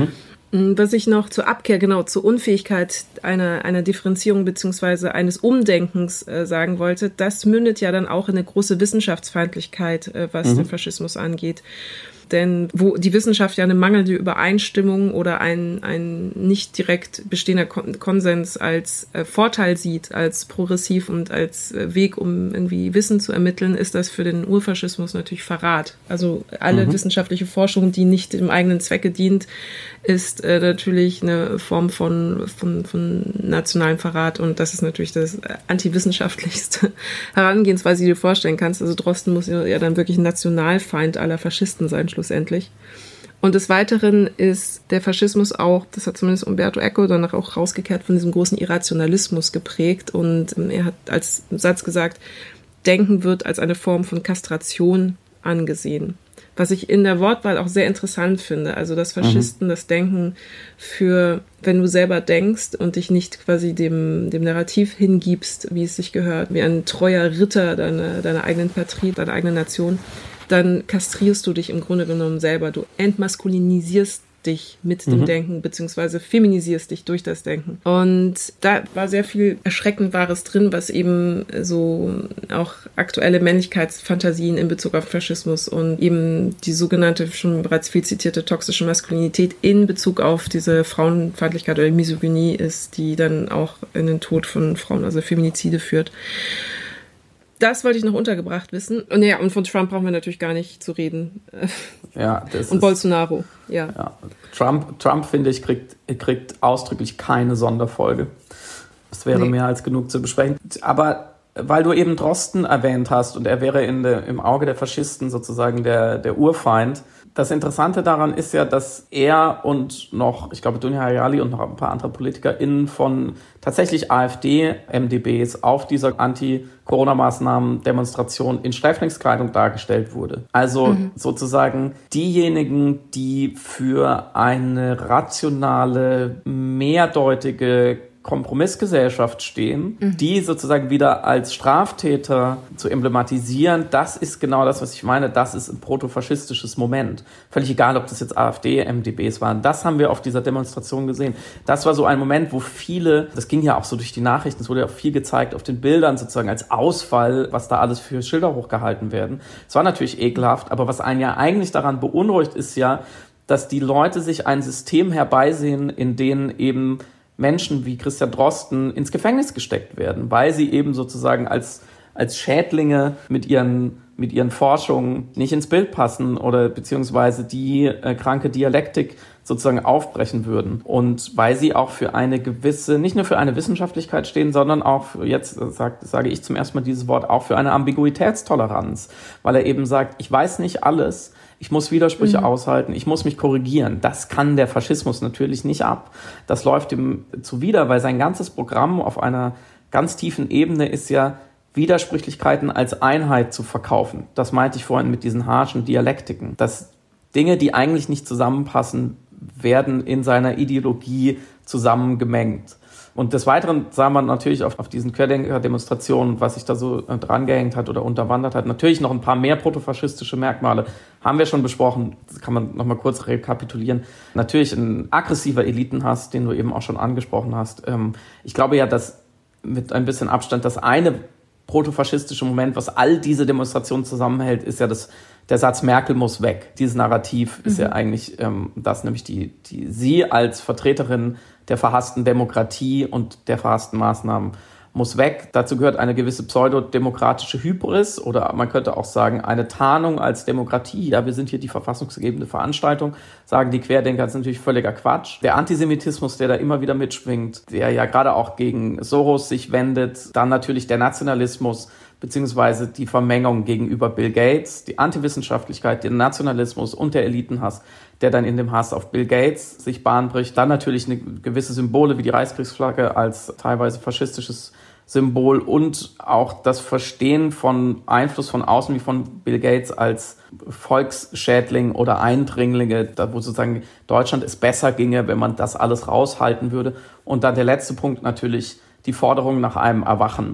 Was ich noch zur Abkehr, genau, zur Unfähigkeit einer, einer Differenzierung beziehungsweise eines Umdenkens äh, sagen wollte, das mündet ja dann auch in eine große Wissenschaftsfeindlichkeit, äh, was mhm. den Faschismus angeht. Denn wo die Wissenschaft ja eine mangelnde Übereinstimmung oder ein, ein nicht direkt bestehender Konsens als äh, Vorteil sieht, als progressiv und als äh, Weg, um irgendwie Wissen zu ermitteln, ist das für den Urfaschismus natürlich Verrat. Also alle mhm. wissenschaftliche Forschung, die nicht dem eigenen Zwecke dient, ist äh, natürlich eine Form von, von, von nationalem Verrat, und das ist natürlich das antiwissenschaftlichste Herangehensweise, die du dir vorstellen kannst. Also Drosten muss ja, ja dann wirklich ein Nationalfeind aller Faschisten sein, schlussendlich. Und des Weiteren ist der Faschismus auch, das hat zumindest Umberto Eco danach auch rausgekehrt, von diesem großen Irrationalismus geprägt, und er hat als Satz gesagt, Denken wird als eine Form von Kastration angesehen. Was ich in der Wortwahl auch sehr interessant finde. Also, dass Faschisten mhm. das Denken für, wenn du selber denkst und dich nicht quasi dem, dem Narrativ hingibst, wie es sich gehört, wie ein treuer Ritter deiner, deiner eigenen Patrie, deiner eigenen Nation, dann kastrierst du dich im Grunde genommen selber. Du entmaskulinisierst dich mit dem mhm. Denken, beziehungsweise feminisierst dich durch das Denken. Und da war sehr viel erschreckend Wahres drin, was eben so auch aktuelle Männlichkeitsfantasien in Bezug auf Faschismus und eben die sogenannte, schon bereits viel zitierte toxische Maskulinität in Bezug auf diese Frauenfeindlichkeit oder Misogynie ist, die dann auch in den Tod von Frauen, also Feminizide führt. Das wollte ich noch untergebracht wissen. Und ja, und von Trump brauchen wir natürlich gar nicht zu reden. Ja, das und ist, Bolsonaro, ja. ja. Trump, Trump, finde ich, kriegt, kriegt ausdrücklich keine Sonderfolge. Das wäre nee. mehr als genug zu besprechen. Aber weil du eben Drosten erwähnt hast und er wäre in de, im Auge der Faschisten sozusagen der, der Urfeind. Das Interessante daran ist ja, dass er und noch, ich glaube, Dunja Hayali und noch ein paar andere PolitikerInnen von tatsächlich AfD-M D Bs auf dieser Anti-Corona-Maßnahmen-Demonstration in Sträflingskleidung dargestellt wurde. Also mhm. sozusagen diejenigen, die für eine rationale, mehrdeutige Kompromissgesellschaft stehen, mhm. die sozusagen wieder als Straftäter zu emblematisieren, das ist genau das, was ich meine, das ist ein protofaschistisches Moment. Völlig egal, ob das jetzt AfD-M D Bs waren. Das haben wir auf dieser Demonstration gesehen. Das war so ein Moment, wo viele, das ging ja auch so durch die Nachrichten, es wurde ja auch viel gezeigt auf den Bildern sozusagen als Ausfall, was da alles für Schilder hochgehalten werden. Es war natürlich ekelhaft, aber was einen ja eigentlich daran beunruhigt, ist ja, dass die Leute sich ein System herbeisehen, in dem eben Menschen wie Christian Drosten ins Gefängnis gesteckt werden, weil sie eben sozusagen als, als Schädlinge mit ihren, mit ihren Forschungen nicht ins Bild passen oder beziehungsweise die äh, kranke Dialektik sozusagen aufbrechen würden. Und weil sie auch für eine gewisse, nicht nur für eine Wissenschaftlichkeit stehen, sondern auch, für, jetzt sag, sage ich zum ersten Mal dieses Wort, auch für eine Ambiguitätstoleranz, weil er eben sagt, ich weiß nicht alles, ich muss Widersprüche mhm. aushalten, ich muss mich korrigieren. Das kann der Faschismus natürlich nicht ab. Das läuft ihm zuwider, weil sein ganzes Programm auf einer ganz tiefen Ebene ist ja, Widersprüchlichkeiten als Einheit zu verkaufen. Das meinte ich vorhin mit diesen harschen Dialektiken. Dass Dinge, die eigentlich nicht zusammenpassen, werden in seiner Ideologie zusammengemengt. Und des Weiteren sah man natürlich auf, auf diesen Querdenker-Demonstrationen, was sich da so äh, drangehängt hat oder unterwandert hat, natürlich noch ein paar mehr protofaschistische Merkmale. Haben wir schon besprochen, das kann man noch mal kurz rekapitulieren. Natürlich ein aggressiver Elitenhass, den du eben auch schon angesprochen hast. Ähm, ich glaube ja, dass mit ein bisschen Abstand das eine protofaschistische Moment, was all diese Demonstrationen zusammenhält, ist ja das, der Satz Merkel muss weg. Dieses Narrativ mhm. ist ja eigentlich ähm, das, nämlich die, die sie als Vertreterin der verhassten Demokratie und der verhassten Maßnahmen muss weg. Dazu gehört eine gewisse pseudodemokratische Hybris oder man könnte auch sagen, eine Tarnung als Demokratie. Ja, wir sind hier die verfassungsgebende Veranstaltung, sagen die Querdenker, das ist natürlich völliger Quatsch. Der Antisemitismus, der da immer wieder mitschwingt, der ja gerade auch gegen Soros sich wendet, dann natürlich der Nationalismus, beziehungsweise die Vermengung gegenüber Bill Gates, die Antiwissenschaftlichkeit, der Nationalismus und der Elitenhass, der dann in dem Hass auf Bill Gates sich Bahn bricht. Dann natürlich eine gewisse Symbole wie die Reichskriegsflagge als teilweise faschistisches Symbol und auch das Verstehen von Einfluss von außen wie von Bill Gates als Volksschädling oder Eindringlinge, da wo sozusagen Deutschland es besser ginge, wenn man das alles raushalten würde. Und dann der letzte Punkt natürlich die Forderung nach einem Erwachen.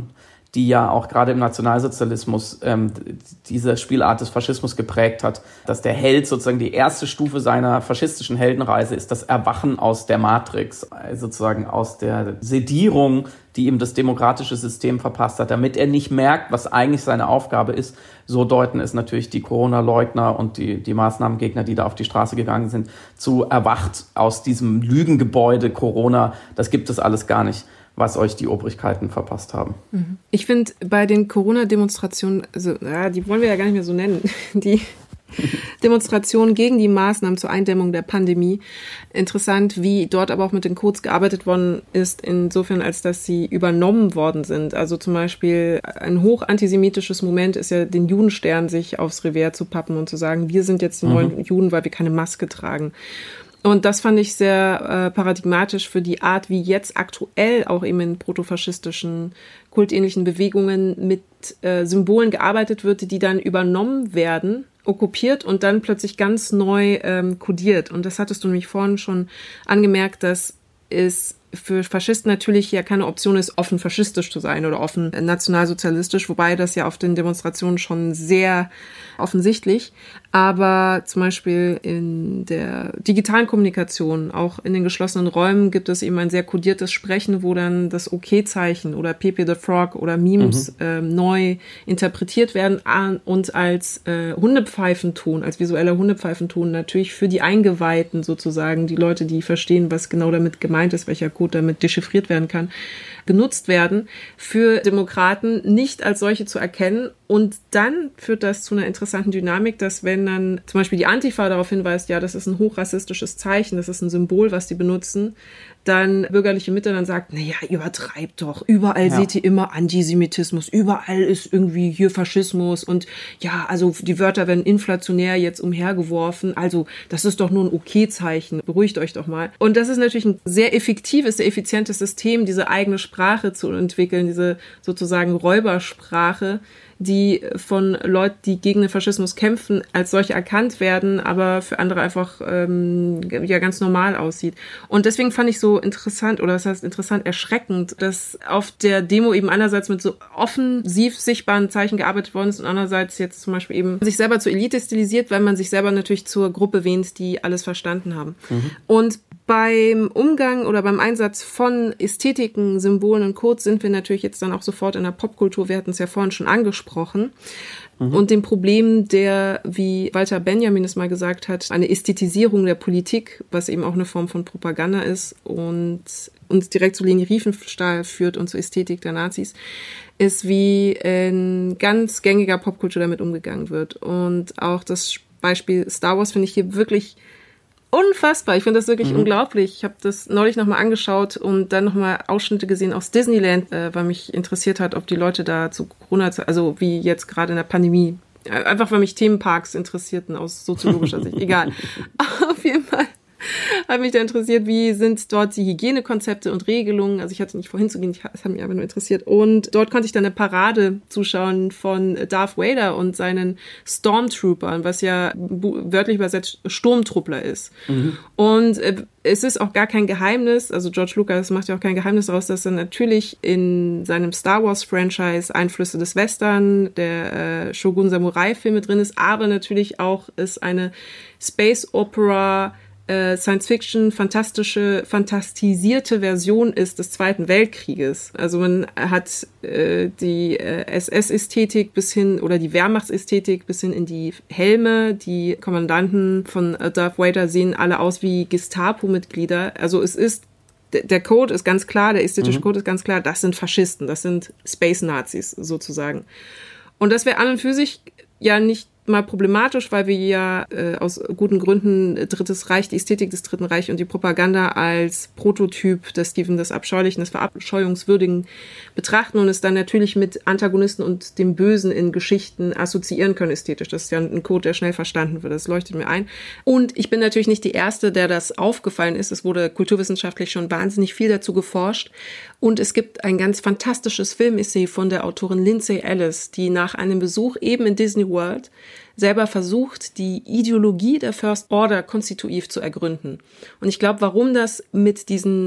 die ja auch gerade im Nationalsozialismus ähm, diese Spielart des Faschismus geprägt hat, dass der Held sozusagen die erste Stufe seiner faschistischen Heldenreise ist, das Erwachen aus der Matrix, sozusagen aus der Sedierung, die ihm das demokratische System verpasst hat, damit er nicht merkt, was eigentlich seine Aufgabe ist. So deuten es natürlich die Corona-Leugner und die, die Maßnahmengegner, die da auf die Straße gegangen sind, zu erwacht aus diesem Lügengebäude Corona. Das gibt es alles gar nicht, was euch die Obrigkeiten verpasst haben. Ich finde bei den Corona-Demonstrationen, also ja, die wollen wir ja gar nicht mehr so nennen, die Demonstrationen gegen die Maßnahmen zur Eindämmung der Pandemie, interessant, wie dort aber auch mit den Codes gearbeitet worden ist, insofern als dass sie übernommen worden sind. Also zum Beispiel ein hoch antisemitisches Moment ist ja, den Judenstern sich aufs Revers zu pappen und zu sagen, wir sind jetzt die mhm. neuen Juden, weil wir keine Maske tragen. Und das fand ich sehr äh, paradigmatisch für die Art, wie jetzt aktuell auch eben in protofaschistischen, kultähnlichen Bewegungen mit äh, Symbolen gearbeitet wird, die dann übernommen werden, okkupiert und dann plötzlich ganz neu ähm, kodiert. Und das hattest du nämlich vorhin schon angemerkt, dass es für Faschisten natürlich ja keine Option ist, offen faschistisch zu sein oder offen nationalsozialistisch, wobei das ja auf den Demonstrationen schon sehr offensichtlich, aber zum Beispiel in der digitalen Kommunikation, auch in den geschlossenen Räumen gibt es eben ein sehr kodiertes Sprechen, wo dann das OK-Zeichen oder Pepe the Frog oder Memes mhm. äh, neu interpretiert werden und als äh, Hundepfeifenton, als visueller Hundepfeifenton natürlich für die Eingeweihten sozusagen, die Leute, die verstehen, was genau damit gemeint ist, welcher Code damit dechiffriert werden kann, genutzt werden, für Demokraten nicht als solche zu erkennen. Und dann führt das zu einer interessanten Dynamik, dass wenn dann zum Beispiel die Antifa darauf hinweist, ja, das ist ein hochrassistisches Zeichen, das ist ein Symbol, was die benutzen, dann bürgerliche Mitte dann sagt, naja, übertreibt doch, überall ja. seht ihr immer Antisemitismus, überall ist irgendwie hier Faschismus und ja, also die Wörter werden inflationär jetzt umhergeworfen, also das ist doch nur ein OK-Zeichen, beruhigt euch doch mal. Und das ist natürlich ein sehr effektives, sehr effizientes System, diese eigene Sprache zu entwickeln, diese sozusagen Räubersprache, die von Leuten, die gegen den Faschismus kämpfen, als solche erkannt werden, aber für andere einfach ähm, ja ganz normal aussieht. Und deswegen fand ich so interessant, oder das heißt interessant, erschreckend, dass auf der Demo eben einerseits mit so offensiv sichtbaren Zeichen gearbeitet worden ist und andererseits jetzt zum Beispiel eben sich selber zur Elite stilisiert, weil man sich selber natürlich zur Gruppe wähnt, die alles verstanden haben. Mhm. Und beim Umgang oder beim Einsatz von Ästhetiken, Symbolen und Codes sind wir natürlich jetzt dann auch sofort in der Popkultur, wir hatten es ja vorhin schon angesprochen, mhm. und dem Problem der, wie Walter Benjamin es mal gesagt hat, eine Ästhetisierung der Politik, was eben auch eine Form von Propaganda ist und uns direkt zu Leni Riefenstahl führt und zur Ästhetik der Nazis, ist, wie in ganz gängiger Popkultur damit umgegangen wird. Und auch das Beispiel Star Wars finde ich hier wirklich unfassbar. Ich finde das wirklich mhm. unglaublich. Ich habe das neulich nochmal angeschaut und dann nochmal Ausschnitte gesehen aus Disneyland, äh, weil mich interessiert hat, ob die Leute da zu Corona, also wie jetzt gerade in der Pandemie, äh, einfach weil mich Themenparks interessierten aus soziologischer Sicht. Egal. Auf jeden Fall hat mich da interessiert, wie sind dort die Hygienekonzepte und Regelungen. Also ich hatte nicht vorhin zu gehen, es hat mich aber nur interessiert. Und dort konnte ich dann eine Parade zuschauen von Darth Vader und seinen Stormtroopern, was ja wörtlich übersetzt Sturmtruppler ist. Mhm. Und äh, es ist auch gar kein Geheimnis, also George Lucas macht ja auch kein Geheimnis daraus, dass er natürlich in seinem Star Wars Franchise Einflüsse des Western, der äh, Shogun Samurai Filme drin ist, aber natürlich auch ist eine Space Opera, Science-Fiction, fantastische, fantastisierte Version ist des Zweiten Weltkrieges. Also man hat äh, die äh, S S-Ästhetik bis hin, oder die Wehrmachtsästhetik bis hin in die Helme. Die Kommandanten von äh, Darth Vader sehen alle aus wie Gestapo-Mitglieder. Also es ist, d- der Code ist ganz klar, der ästhetische mhm. Code ist ganz klar, das sind Faschisten, das sind Space-Nazis sozusagen. Und das wäre an und für sich ja nicht mal problematisch, weil wir ja äh, aus guten Gründen Drittes Reich, die Ästhetik des Dritten Reich und die Propaganda als Prototyp des Steven des Abscheulichen, des Verabscheuungswürdigen betrachten und es dann natürlich mit Antagonisten und dem Bösen in Geschichten assoziieren können ästhetisch. Das ist ja ein Code, der schnell verstanden wird. Das leuchtet mir ein. Und ich bin natürlich nicht die Erste, der das aufgefallen ist. Es wurde kulturwissenschaftlich schon wahnsinnig viel dazu geforscht. Und es gibt ein ganz fantastisches Filmessay von der Autorin Lindsay Ellis, die nach einem Besuch eben in Disney World selber versucht, die Ideologie der First Order konstitutiv zu ergründen. Und ich glaube, warum das mit diesen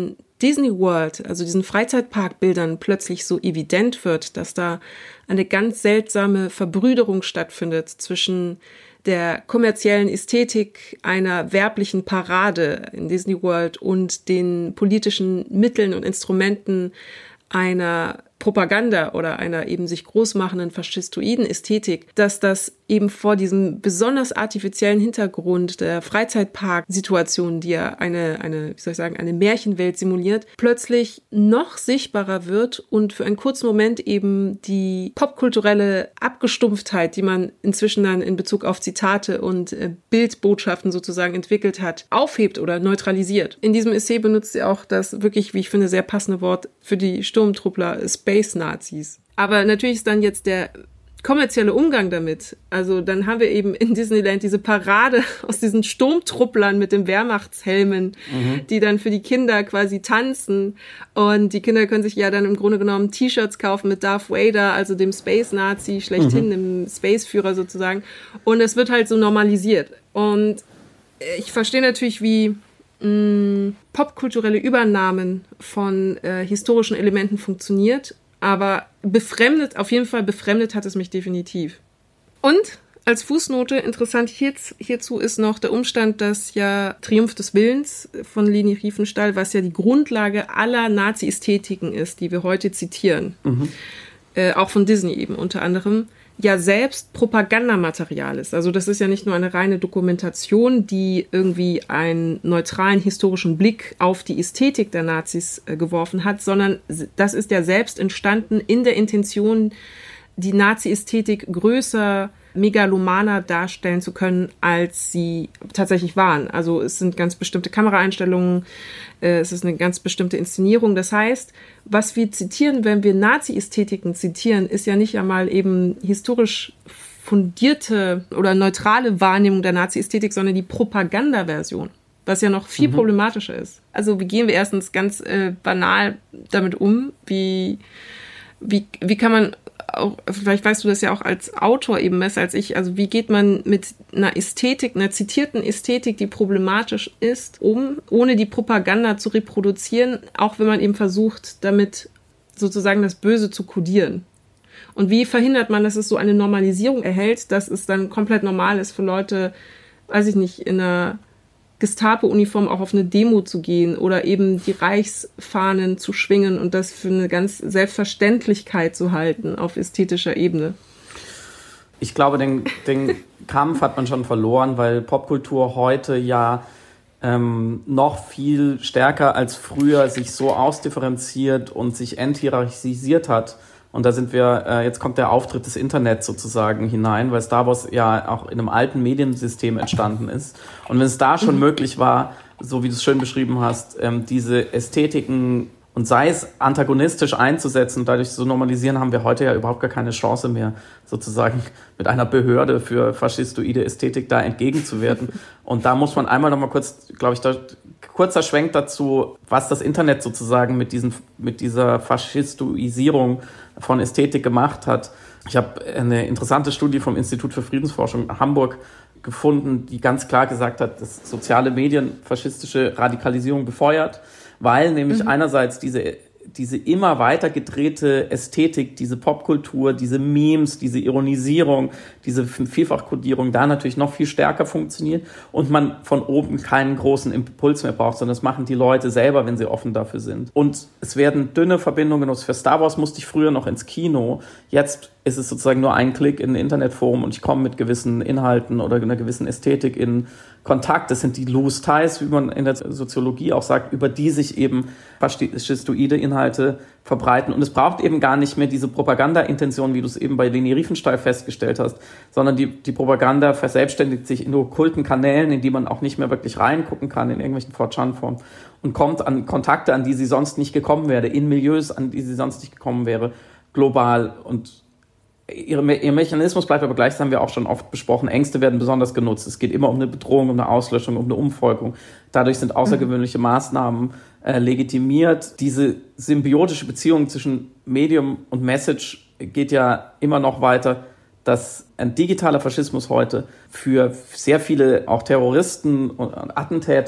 Disney World, also diesen Freizeitparkbildern, plötzlich so evident wird, dass da eine ganz seltsame Verbrüderung stattfindet zwischen der kommerziellen Ästhetik einer werblichen Parade in Disney World und den politischen Mitteln und Instrumenten einer Propaganda oder einer eben sich großmachenden faschistoiden Ästhetik, dass das eben vor diesem besonders artifiziellen Hintergrund der Freizeitpark-Situation, die ja eine, eine, wie soll ich sagen, eine Märchenwelt simuliert, plötzlich noch sichtbarer wird und für einen kurzen Moment eben die popkulturelle Abgestumpftheit, die man inzwischen dann in Bezug auf Zitate und äh, Bildbotschaften sozusagen entwickelt hat, aufhebt oder neutralisiert. In diesem Essay benutzt sie auch das wirklich, wie ich finde, sehr passende Wort für die Sturmtruppler Space-Nazis. Aber natürlich ist dann jetzt der kommerzielle Umgang damit. Also dann haben wir eben in Disneyland diese Parade aus diesen Sturmtrupplern mit den Wehrmachtshelmen, mhm. die dann für die Kinder quasi tanzen. Und die Kinder können sich ja dann im Grunde genommen T-Shirts kaufen mit Darth Vader, also dem Space-Nazi schlechthin, mhm. dem Space-Führer sozusagen. Und es wird halt so normalisiert. Und ich verstehe natürlich, wie mh, popkulturelle Übernahmen von äh, historischen Elementen funktioniert. Aber befremdet, auf jeden Fall befremdet hat es mich definitiv. Und als Fußnote interessant hierzu ist noch der Umstand, dass ja Triumph des Willens von Leni Riefenstahl, was ja die Grundlage aller Nazi-Ästhetiken ist, die wir heute zitieren, mhm. äh, auch von Disney eben unter anderem, ja selbst Propagandamaterial ist. Also das ist ja nicht nur eine reine Dokumentation, die irgendwie einen neutralen historischen Blick auf die Ästhetik der Nazis äh, geworfen hat, sondern das ist ja selbst entstanden in der Intention, die Nazi-Ästhetik größer, megalomaner darstellen zu können, als sie tatsächlich waren. Also es sind ganz bestimmte Kameraeinstellungen, äh, es ist eine ganz bestimmte Inszenierung. Das heißt, was wir zitieren, wenn wir Nazi-Ästhetiken zitieren, ist ja nicht einmal eben historisch fundierte oder neutrale Wahrnehmung der Nazi-Ästhetik, sondern die Propaganda-Version, was ja noch viel mhm. problematischer ist. Also wie gehen wir erstens ganz äh, banal damit um? Wie, wie, wie kann man auch, vielleicht weißt du das ja auch als Autor eben besser als ich, also wie geht man mit einer Ästhetik, einer zitierten Ästhetik, die problematisch ist, um, ohne die Propaganda zu reproduzieren, auch wenn man eben versucht, damit sozusagen das Böse zu kodieren. Und wie verhindert man, dass es so eine Normalisierung erhält, dass es dann komplett normal ist für Leute, weiß ich nicht, in einer Gestapo-Uniform auch auf eine Demo zu gehen oder eben die Reichsfahnen zu schwingen und das für eine ganz Selbstverständlichkeit zu halten auf ästhetischer Ebene. Ich glaube, den, den Kampf hat man schon verloren, weil Popkultur heute ja ähm, noch viel stärker als früher sich so ausdifferenziert und sich enthierarchisiert hat. Und da sind wir, äh, jetzt kommt der Auftritt des Internets sozusagen hinein, weil Star Wars ja auch in einem alten Mediensystem entstanden ist. Und wenn es da schon mhm. möglich war, so wie du es schön beschrieben hast, ähm, diese Ästhetiken und sei es antagonistisch einzusetzen und dadurch zu normalisieren, haben wir heute ja überhaupt gar keine Chance mehr, sozusagen mit einer Behörde für faschistoide Ästhetik da entgegenzuwirken. Und da muss man einmal noch mal kurz, glaube ich, da, kurzer Schwenk dazu, was das Internet sozusagen mit diesen, mit dieser Faschistoisierung von Ästhetik gemacht hat. Ich habe eine interessante Studie vom Institut für Friedensforschung in Hamburg gefunden, die ganz klar gesagt hat, dass soziale Medien faschistische Radikalisierung befeuert, weil nämlich mhm. einerseits diese, diese immer weiter gedrehte Ästhetik, diese Popkultur, diese Memes, diese Ironisierung, diese Vielfachkodierung da natürlich noch viel stärker funktioniert und man von oben keinen großen Impuls mehr braucht, sondern das machen die Leute selber, wenn sie offen dafür sind. Und es werden dünne Verbindungen genutzt. Für Star Wars musste ich früher noch ins Kino. Jetzt ist es sozusagen nur ein Klick in ein Internetforum und ich komme mit gewissen Inhalten oder einer gewissen Ästhetik in Kontakt. Das sind die Loose Ties, wie man in der Soziologie auch sagt, über die sich eben faschistoide Inhalte verbreiten. Und es braucht eben gar nicht mehr diese Propaganda-Intention, wie du es eben bei Leni Riefenstahl festgestellt hast, sondern die, die Propaganda verselbstständigt sich in okkulten Kanälen, in die man auch nicht mehr wirklich reingucken kann, in irgendwelchen four chan-Formen und kommt an Kontakte, an die sie sonst nicht gekommen wäre, in Milieus, an die sie sonst nicht gekommen wäre, global. Und Ihre, ihr Mechanismus bleibt aber gleich, das haben wir auch schon oft besprochen. Ängste werden besonders genutzt. Es geht immer um eine Bedrohung, um eine Auslöschung, um eine Umvolkung. Dadurch sind außergewöhnliche Maßnahmen äh, legitimiert. Diese symbiotische Beziehung zwischen Medium und Message geht ja immer noch weiter, dass ein digitaler Faschismus heute für sehr viele auch Terroristen und Attentäter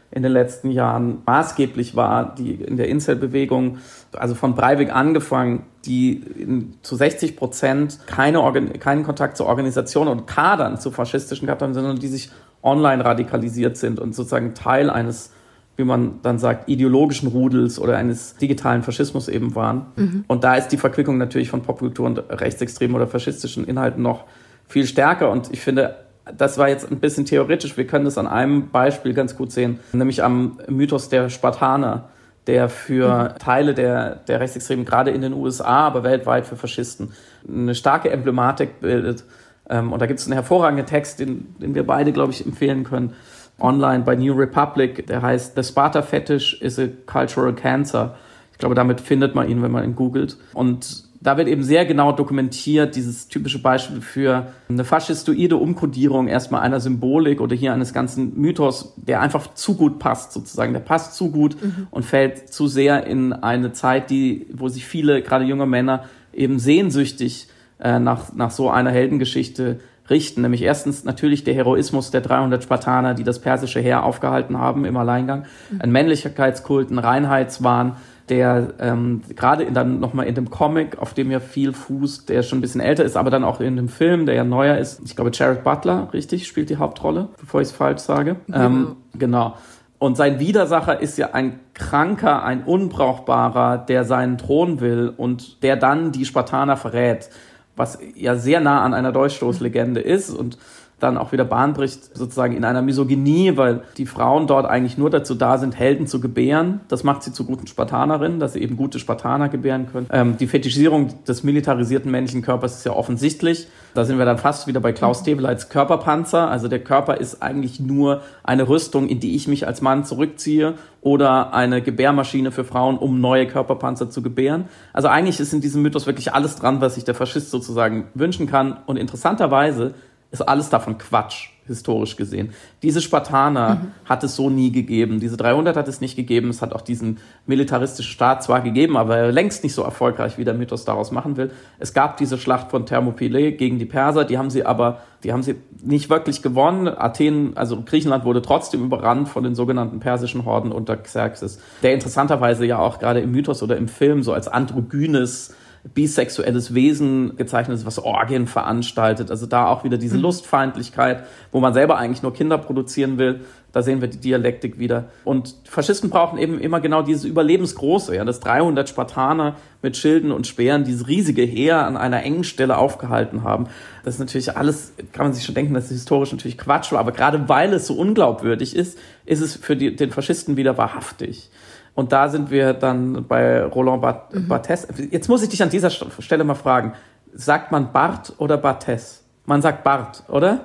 in den letzten Jahren maßgeblich war, die in der Incel-Bewegung, also von Breivik angefangen, die in, zu sechzig Prozent keine Organ, keinen Kontakt zur Organisation und Kadern zu faschistischen gehabt haben, sondern die sich online radikalisiert sind und sozusagen Teil eines, wie man dann sagt, ideologischen Rudels oder eines digitalen Faschismus eben waren. Mhm. Und da ist die Verquickung natürlich von Popkultur und rechtsextremen oder faschistischen Inhalten noch viel stärker. Und ich finde, das war jetzt ein bisschen theoretisch. Wir können das an einem Beispiel ganz gut sehen, nämlich am Mythos der Spartaner, der für mhm. Teile der, der Rechtsextremen, gerade in den U S A, aber weltweit für Faschisten, eine starke Emblematik bildet. Und da gibt es einen hervorragenden Text, den, den wir beide, glaube ich, empfehlen können, online bei New Republic. Der heißt The Sparta Fetish is a Cultural Cancer. Ich glaube, damit findet man ihn, wenn man ihn googelt. Und da wird eben sehr genau dokumentiert, dieses typische Beispiel für eine faschistoide Umkodierung erstmal einer Symbolik oder hier eines ganzen Mythos, der einfach zu gut passt sozusagen. Der passt zu gut mhm. und fällt zu sehr in eine Zeit, die, wo sich viele, gerade junge Männer, eben sehnsüchtig äh, nach, nach so einer Heldengeschichte richten. Nämlich erstens natürlich der Heroismus der dreihundert Spartaner, die das persische Heer aufgehalten haben im Alleingang. Mhm. Ein Männlichkeitskult, ein Reinheitswahn, der ähm, gerade in, dann nochmal in dem Comic, auf dem ja viel fußt, der schon ein bisschen älter ist, aber dann auch in dem Film, der ja neuer ist. Ich glaube, Jared Butler, richtig, spielt die Hauptrolle, bevor ich es falsch sage. Genau. Ähm, genau. Und sein Widersacher ist ja ein Kranker, ein Unbrauchbarer, der seinen Thron will und der dann die Spartaner verrät, was ja sehr nah an einer Dolchstoßlegende ist und dann auch wieder Bahn bricht sozusagen in einer Misogynie, weil die Frauen dort eigentlich nur dazu da sind, Helden zu gebären. Das macht sie zu guten Spartanerinnen, dass sie eben gute Spartaner gebären können. Ähm, die Fetischisierung des militarisierten männlichen Körpers ist ja offensichtlich. Da sind wir dann fast wieder bei Klaus Teweleits Körperpanzer. Also der Körper ist eigentlich nur eine Rüstung, in die ich mich als Mann zurückziehe oder eine Gebärmaschine für Frauen, um neue Körperpanzer zu gebären. Also eigentlich ist in diesem Mythos wirklich alles dran, was sich der Faschist sozusagen wünschen kann. Und interessanterweise ist alles davon Quatsch, historisch gesehen. Diese Spartaner mhm. hat es so nie gegeben. Diese dreihundert hat es nicht gegeben. Es hat auch diesen militaristischen Staat zwar gegeben, aber längst nicht so erfolgreich, wie der Mythos daraus machen will. Es gab diese Schlacht von Thermopylae gegen die Perser, die haben sie aber, die haben sie nicht wirklich gewonnen. Athen, also Griechenland wurde trotzdem überrannt von den sogenannten persischen Horden unter Xerxes, der interessanterweise ja auch gerade im Mythos oder im Film so als androgynes, bisexuelles Wesen gezeichnet ist, was Orgien veranstaltet. Also da auch wieder diese Lustfeindlichkeit, wo man selber eigentlich nur Kinder produzieren will. Da sehen wir die Dialektik wieder. Und Faschisten brauchen eben immer genau dieses Überlebensgroße, ja, dass dreihundert Spartaner mit Schilden und Speeren dieses riesige Heer an einer engen Stelle aufgehalten haben. Das ist natürlich alles, kann man sich schon denken, dass es historisch natürlich Quatsch war. Aber gerade weil es so unglaubwürdig ist, ist es für die, den Faschisten wieder wahrhaftig. Und da sind wir dann bei Roland Barthes. Mhm. Jetzt muss ich dich an dieser Stelle mal fragen, sagt man Barth oder Barthes? Man sagt Barth, oder?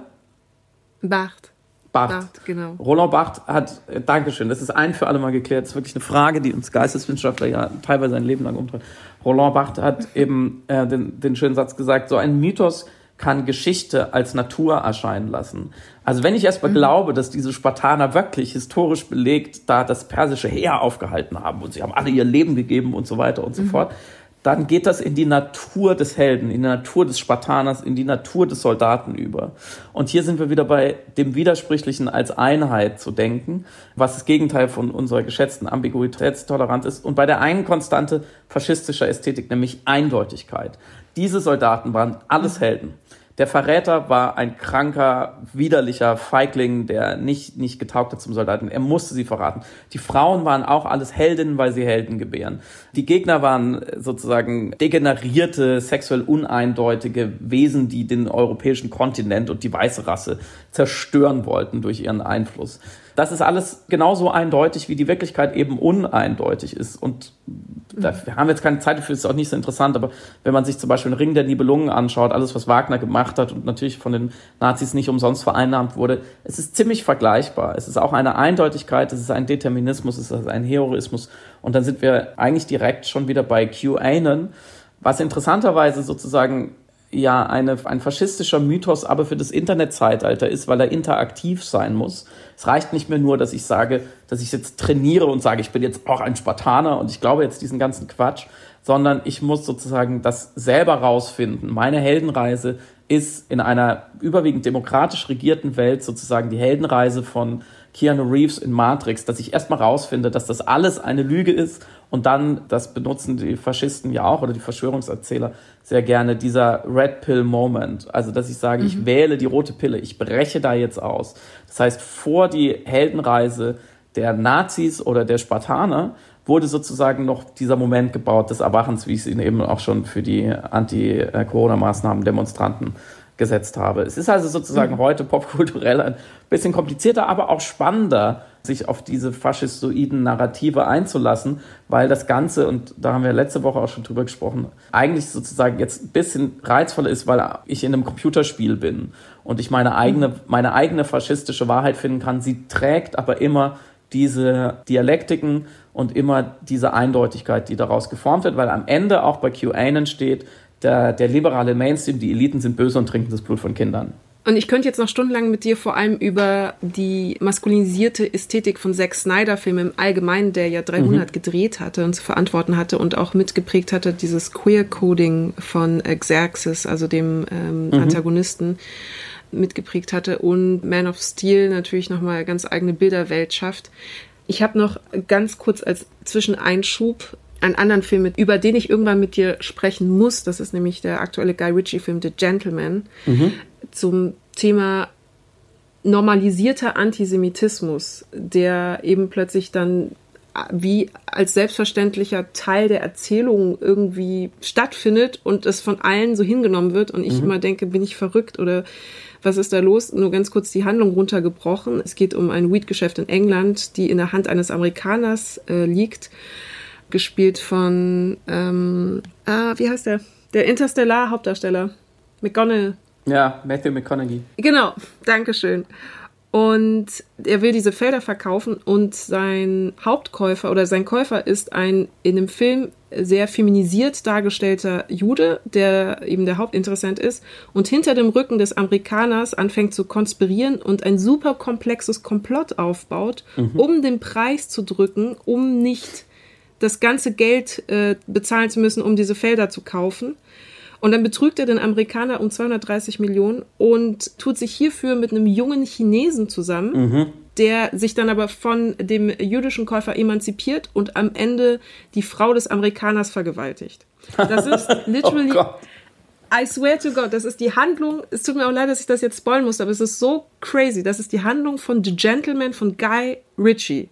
Barth. Barth. Barth, genau. Roland Barthes hat, äh, Dankeschön, das ist ein für alle Mal geklärt. Das ist wirklich eine Frage, die uns Geisteswissenschaftler ja teilweise ein Leben lang umtreibt. Roland Barthes hat eben äh, den, den schönen Satz gesagt, so ein Mythos kann Geschichte als Natur erscheinen lassen. Also wenn ich erstmal mhm. glaube, dass diese Spartaner wirklich historisch belegt da das persische Heer aufgehalten haben und sie haben alle ihr Leben gegeben und so weiter und so mhm. fort, dann geht das in die Natur des Helden, in die Natur des Spartaners, in die Natur des Soldaten über. Und hier sind wir wieder bei dem Widersprüchlichen als Einheit zu denken, was das Gegenteil von unserer geschätzten Ambiguitätstoleranz ist. Und bei der einen Konstante faschistischer Ästhetik, nämlich Eindeutigkeit. Diese Soldaten waren alles Helden. Der Verräter war ein kranker, widerlicher Feigling, der nicht, nicht getaugt hat zum Soldaten. Er musste sie verraten. Die Frauen waren auch alles Heldinnen, weil sie Helden gebären. Die Gegner waren sozusagen degenerierte, sexuell uneindeutige Wesen, die den europäischen Kontinent und die weiße Rasse zerstören wollten durch ihren Einfluss. Das ist alles genauso eindeutig, wie die Wirklichkeit eben uneindeutig ist. Und da haben wir jetzt keine Zeit dafür, ist auch nicht so interessant, aber wenn man sich zum Beispiel den Ring der Nibelungen anschaut, alles, was Wagner gemacht hat und natürlich von den Nazis nicht umsonst vereinnahmt wurde, es ist ziemlich vergleichbar. Es ist auch eine Eindeutigkeit, es ist ein Determinismus, es ist ein Heroismus. Und dann sind wir eigentlich direkt schon wieder bei QAnon, was interessanterweise sozusagen ja eine, ein faschistischer Mythos aber für das Internetzeitalter ist, weil er interaktiv sein muss. Es reicht nicht mehr nur, dass ich sage, dass ich jetzt trainiere und sage, ich bin jetzt auch ein Spartaner und ich glaube jetzt diesen ganzen Quatsch, sondern ich muss sozusagen das selber rausfinden. Meine Heldenreise ist in einer überwiegend demokratisch regierten Welt sozusagen die Heldenreise von Keanu Reeves in Matrix, dass ich erstmal rausfinde, dass das alles eine Lüge ist und dann, das benutzen die Faschisten ja auch oder die Verschwörungserzähler sehr gerne, dieser Red Pill Moment. Also, dass ich sage, mhm. ich wähle die rote Pille, ich breche da jetzt aus. Das heißt, vor die Heldenreise der Nazis oder der Spartaner wurde sozusagen noch dieser Moment gebaut des Erwachens, wie ich es Ihnen eben auch schon für die Anti-Corona-Maßnahmen Demonstranten gesetzt habe. Es ist also sozusagen mhm. heute popkulturell ein bisschen komplizierter, aber auch spannender, sich auf diese faschistoiden Narrative einzulassen, weil das Ganze, und da haben wir letzte Woche auch schon drüber gesprochen, eigentlich sozusagen jetzt ein bisschen reizvoller ist, weil ich in einem Computerspiel bin und ich meine eigene, mhm. meine eigene faschistische Wahrheit finden kann. Sie trägt aber immer diese Dialektiken und immer diese Eindeutigkeit, die daraus geformt wird, weil am Ende auch bei QAnon steht, der, der liberale Mainstream, die Eliten sind böse und trinken das Blut von Kindern. Und ich könnte jetzt noch stundenlang mit dir vor allem über die maskulinisierte Ästhetik von Zack Snyder-Filmen im Allgemeinen, der ja dreihundert mhm. gedreht hatte und zu verantworten hatte und auch mitgeprägt hatte, dieses Queer-Coding von Xerxes, also dem ähm, mhm. Antagonisten, mitgeprägt hatte und Man of Steel natürlich nochmal ganz eigene Bilderwelt schafft. Ich habe noch ganz kurz als Zwischeneinschub einen anderen Film, mit, über den ich irgendwann mit dir sprechen muss. Das ist nämlich der aktuelle Guy Ritchie-Film The Gentleman mhm. zum Thema normalisierter Antisemitismus, der eben plötzlich dann wie als selbstverständlicher Teil der Erzählung irgendwie stattfindet und es von allen so hingenommen wird und ich mhm. immer denke, bin ich verrückt oder was ist da los? Nur ganz kurz die Handlung runtergebrochen. Es geht um ein Weed-Geschäft in England, die in der Hand eines Amerikaners äh, liegt, gespielt von, ähm, ah, wie heißt der? Der Interstellar-Hauptdarsteller, McGonagall. Ja, Matthew McConaughey. Genau, dankeschön. Und er will diese Felder verkaufen und sein Hauptkäufer oder sein Käufer ist ein in dem Film sehr feminisiert dargestellter Jude, der eben der Hauptinteressent ist und hinter dem Rücken des Amerikaners anfängt zu konspirieren und ein super komplexes Komplott aufbaut, mhm. um den Preis zu drücken, um nicht das ganze Geld äh, bezahlen zu müssen, um diese Felder zu kaufen. Und dann betrügt er den Amerikaner um zweihundertdreißig Millionen und tut sich hierfür mit einem jungen Chinesen zusammen, mhm. der sich dann aber von dem jüdischen Käufer emanzipiert und am Ende die Frau des Amerikaners vergewaltigt. Das ist literally, oh Gott. I swear to God, das ist die Handlung, es tut mir auch leid, dass ich das jetzt spoilen muss, aber es ist so crazy, das ist die Handlung von The Gentleman von Guy Ritchie.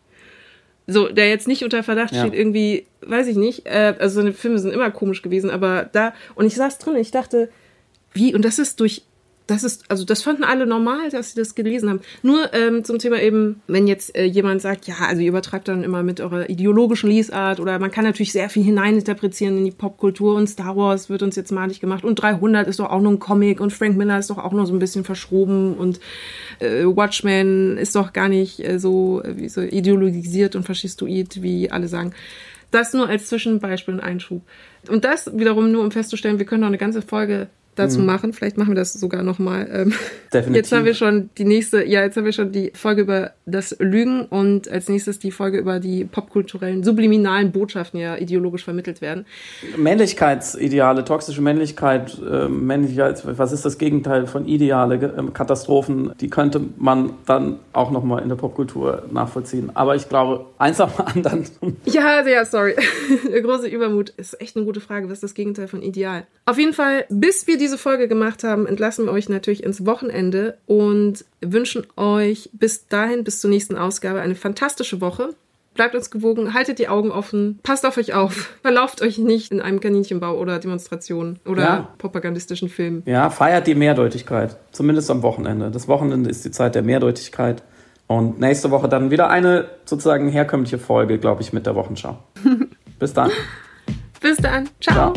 So, der jetzt nicht unter Verdacht ja. steht, irgendwie, weiß ich nicht, äh, also seine Filme sind immer komisch gewesen, aber da, und ich saß drin, ich dachte, wie, und das ist durch, das ist, also das fanden alle normal, dass sie das gelesen haben. Nur ähm, zum Thema eben, wenn jetzt äh, jemand sagt, ja, also ihr übertreibt dann immer mit eurer ideologischen Lesart oder man kann natürlich sehr viel hineininterpretieren in die Popkultur und Star Wars wird uns jetzt malig gemacht und dreihundert ist doch auch nur ein Comic und Frank Miller ist doch auch nur so ein bisschen verschroben und äh, Watchmen ist doch gar nicht äh, so, äh, so ideologisiert und faschistoid, wie alle sagen. Das nur als Zwischenbeispiel und Einschub. Und das wiederum nur, um festzustellen, wir können noch eine ganze Folge dazu machen. Vielleicht machen wir das sogar nochmal. Ähm, Definitiv. Jetzt haben wir schon die nächste, ja, jetzt haben wir schon die Folge über das Lügen und als nächstes die Folge über die popkulturellen, subliminalen Botschaften, die ja ideologisch vermittelt werden. Männlichkeitsideale, toxische Männlichkeit, äh, Männlichkeit, was ist das Gegenteil von Ideale, äh, Katastrophen, die könnte man dann auch nochmal in der Popkultur nachvollziehen. Aber ich glaube, eins nach dem anderen. Ja, ja, sorry. Der große Übermut ist echt eine gute Frage. Was ist das Gegenteil von Ideal? Auf jeden Fall, bis wir diese Folge gemacht haben, entlassen wir euch natürlich ins Wochenende und wünschen euch bis dahin, bis zur nächsten Ausgabe, eine fantastische Woche. Bleibt uns gewogen, haltet die Augen offen, passt auf euch auf, verlauft euch nicht in einem Kaninchenbau oder Demonstrationen oder ja. propagandistischen Filmen. Ja, feiert die Mehrdeutigkeit, zumindest am Wochenende. Das Wochenende ist die Zeit der Mehrdeutigkeit und nächste Woche dann wieder eine sozusagen herkömmliche Folge, glaube ich, mit der Wochenschau. Bis dann. Bis dann. Ciao. Ciao.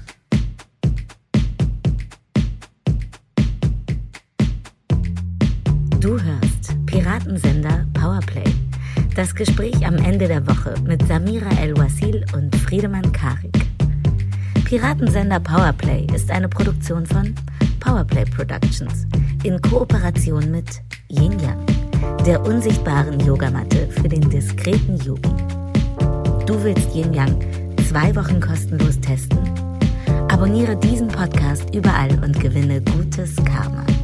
Du hörst Piratensender Powerplay. Das Gespräch am Ende der Woche mit Samira El-Wasil und Friedemann Karik. Piratensender Powerplay ist eine Produktion von Powerplay Productions in Kooperation mit Yin Yang, der unsichtbaren Yogamatte für den diskreten Yogi. Du willst Yin Yang zwei Wochen kostenlos testen? Abonniere diesen Podcast überall und gewinne gutes Karma.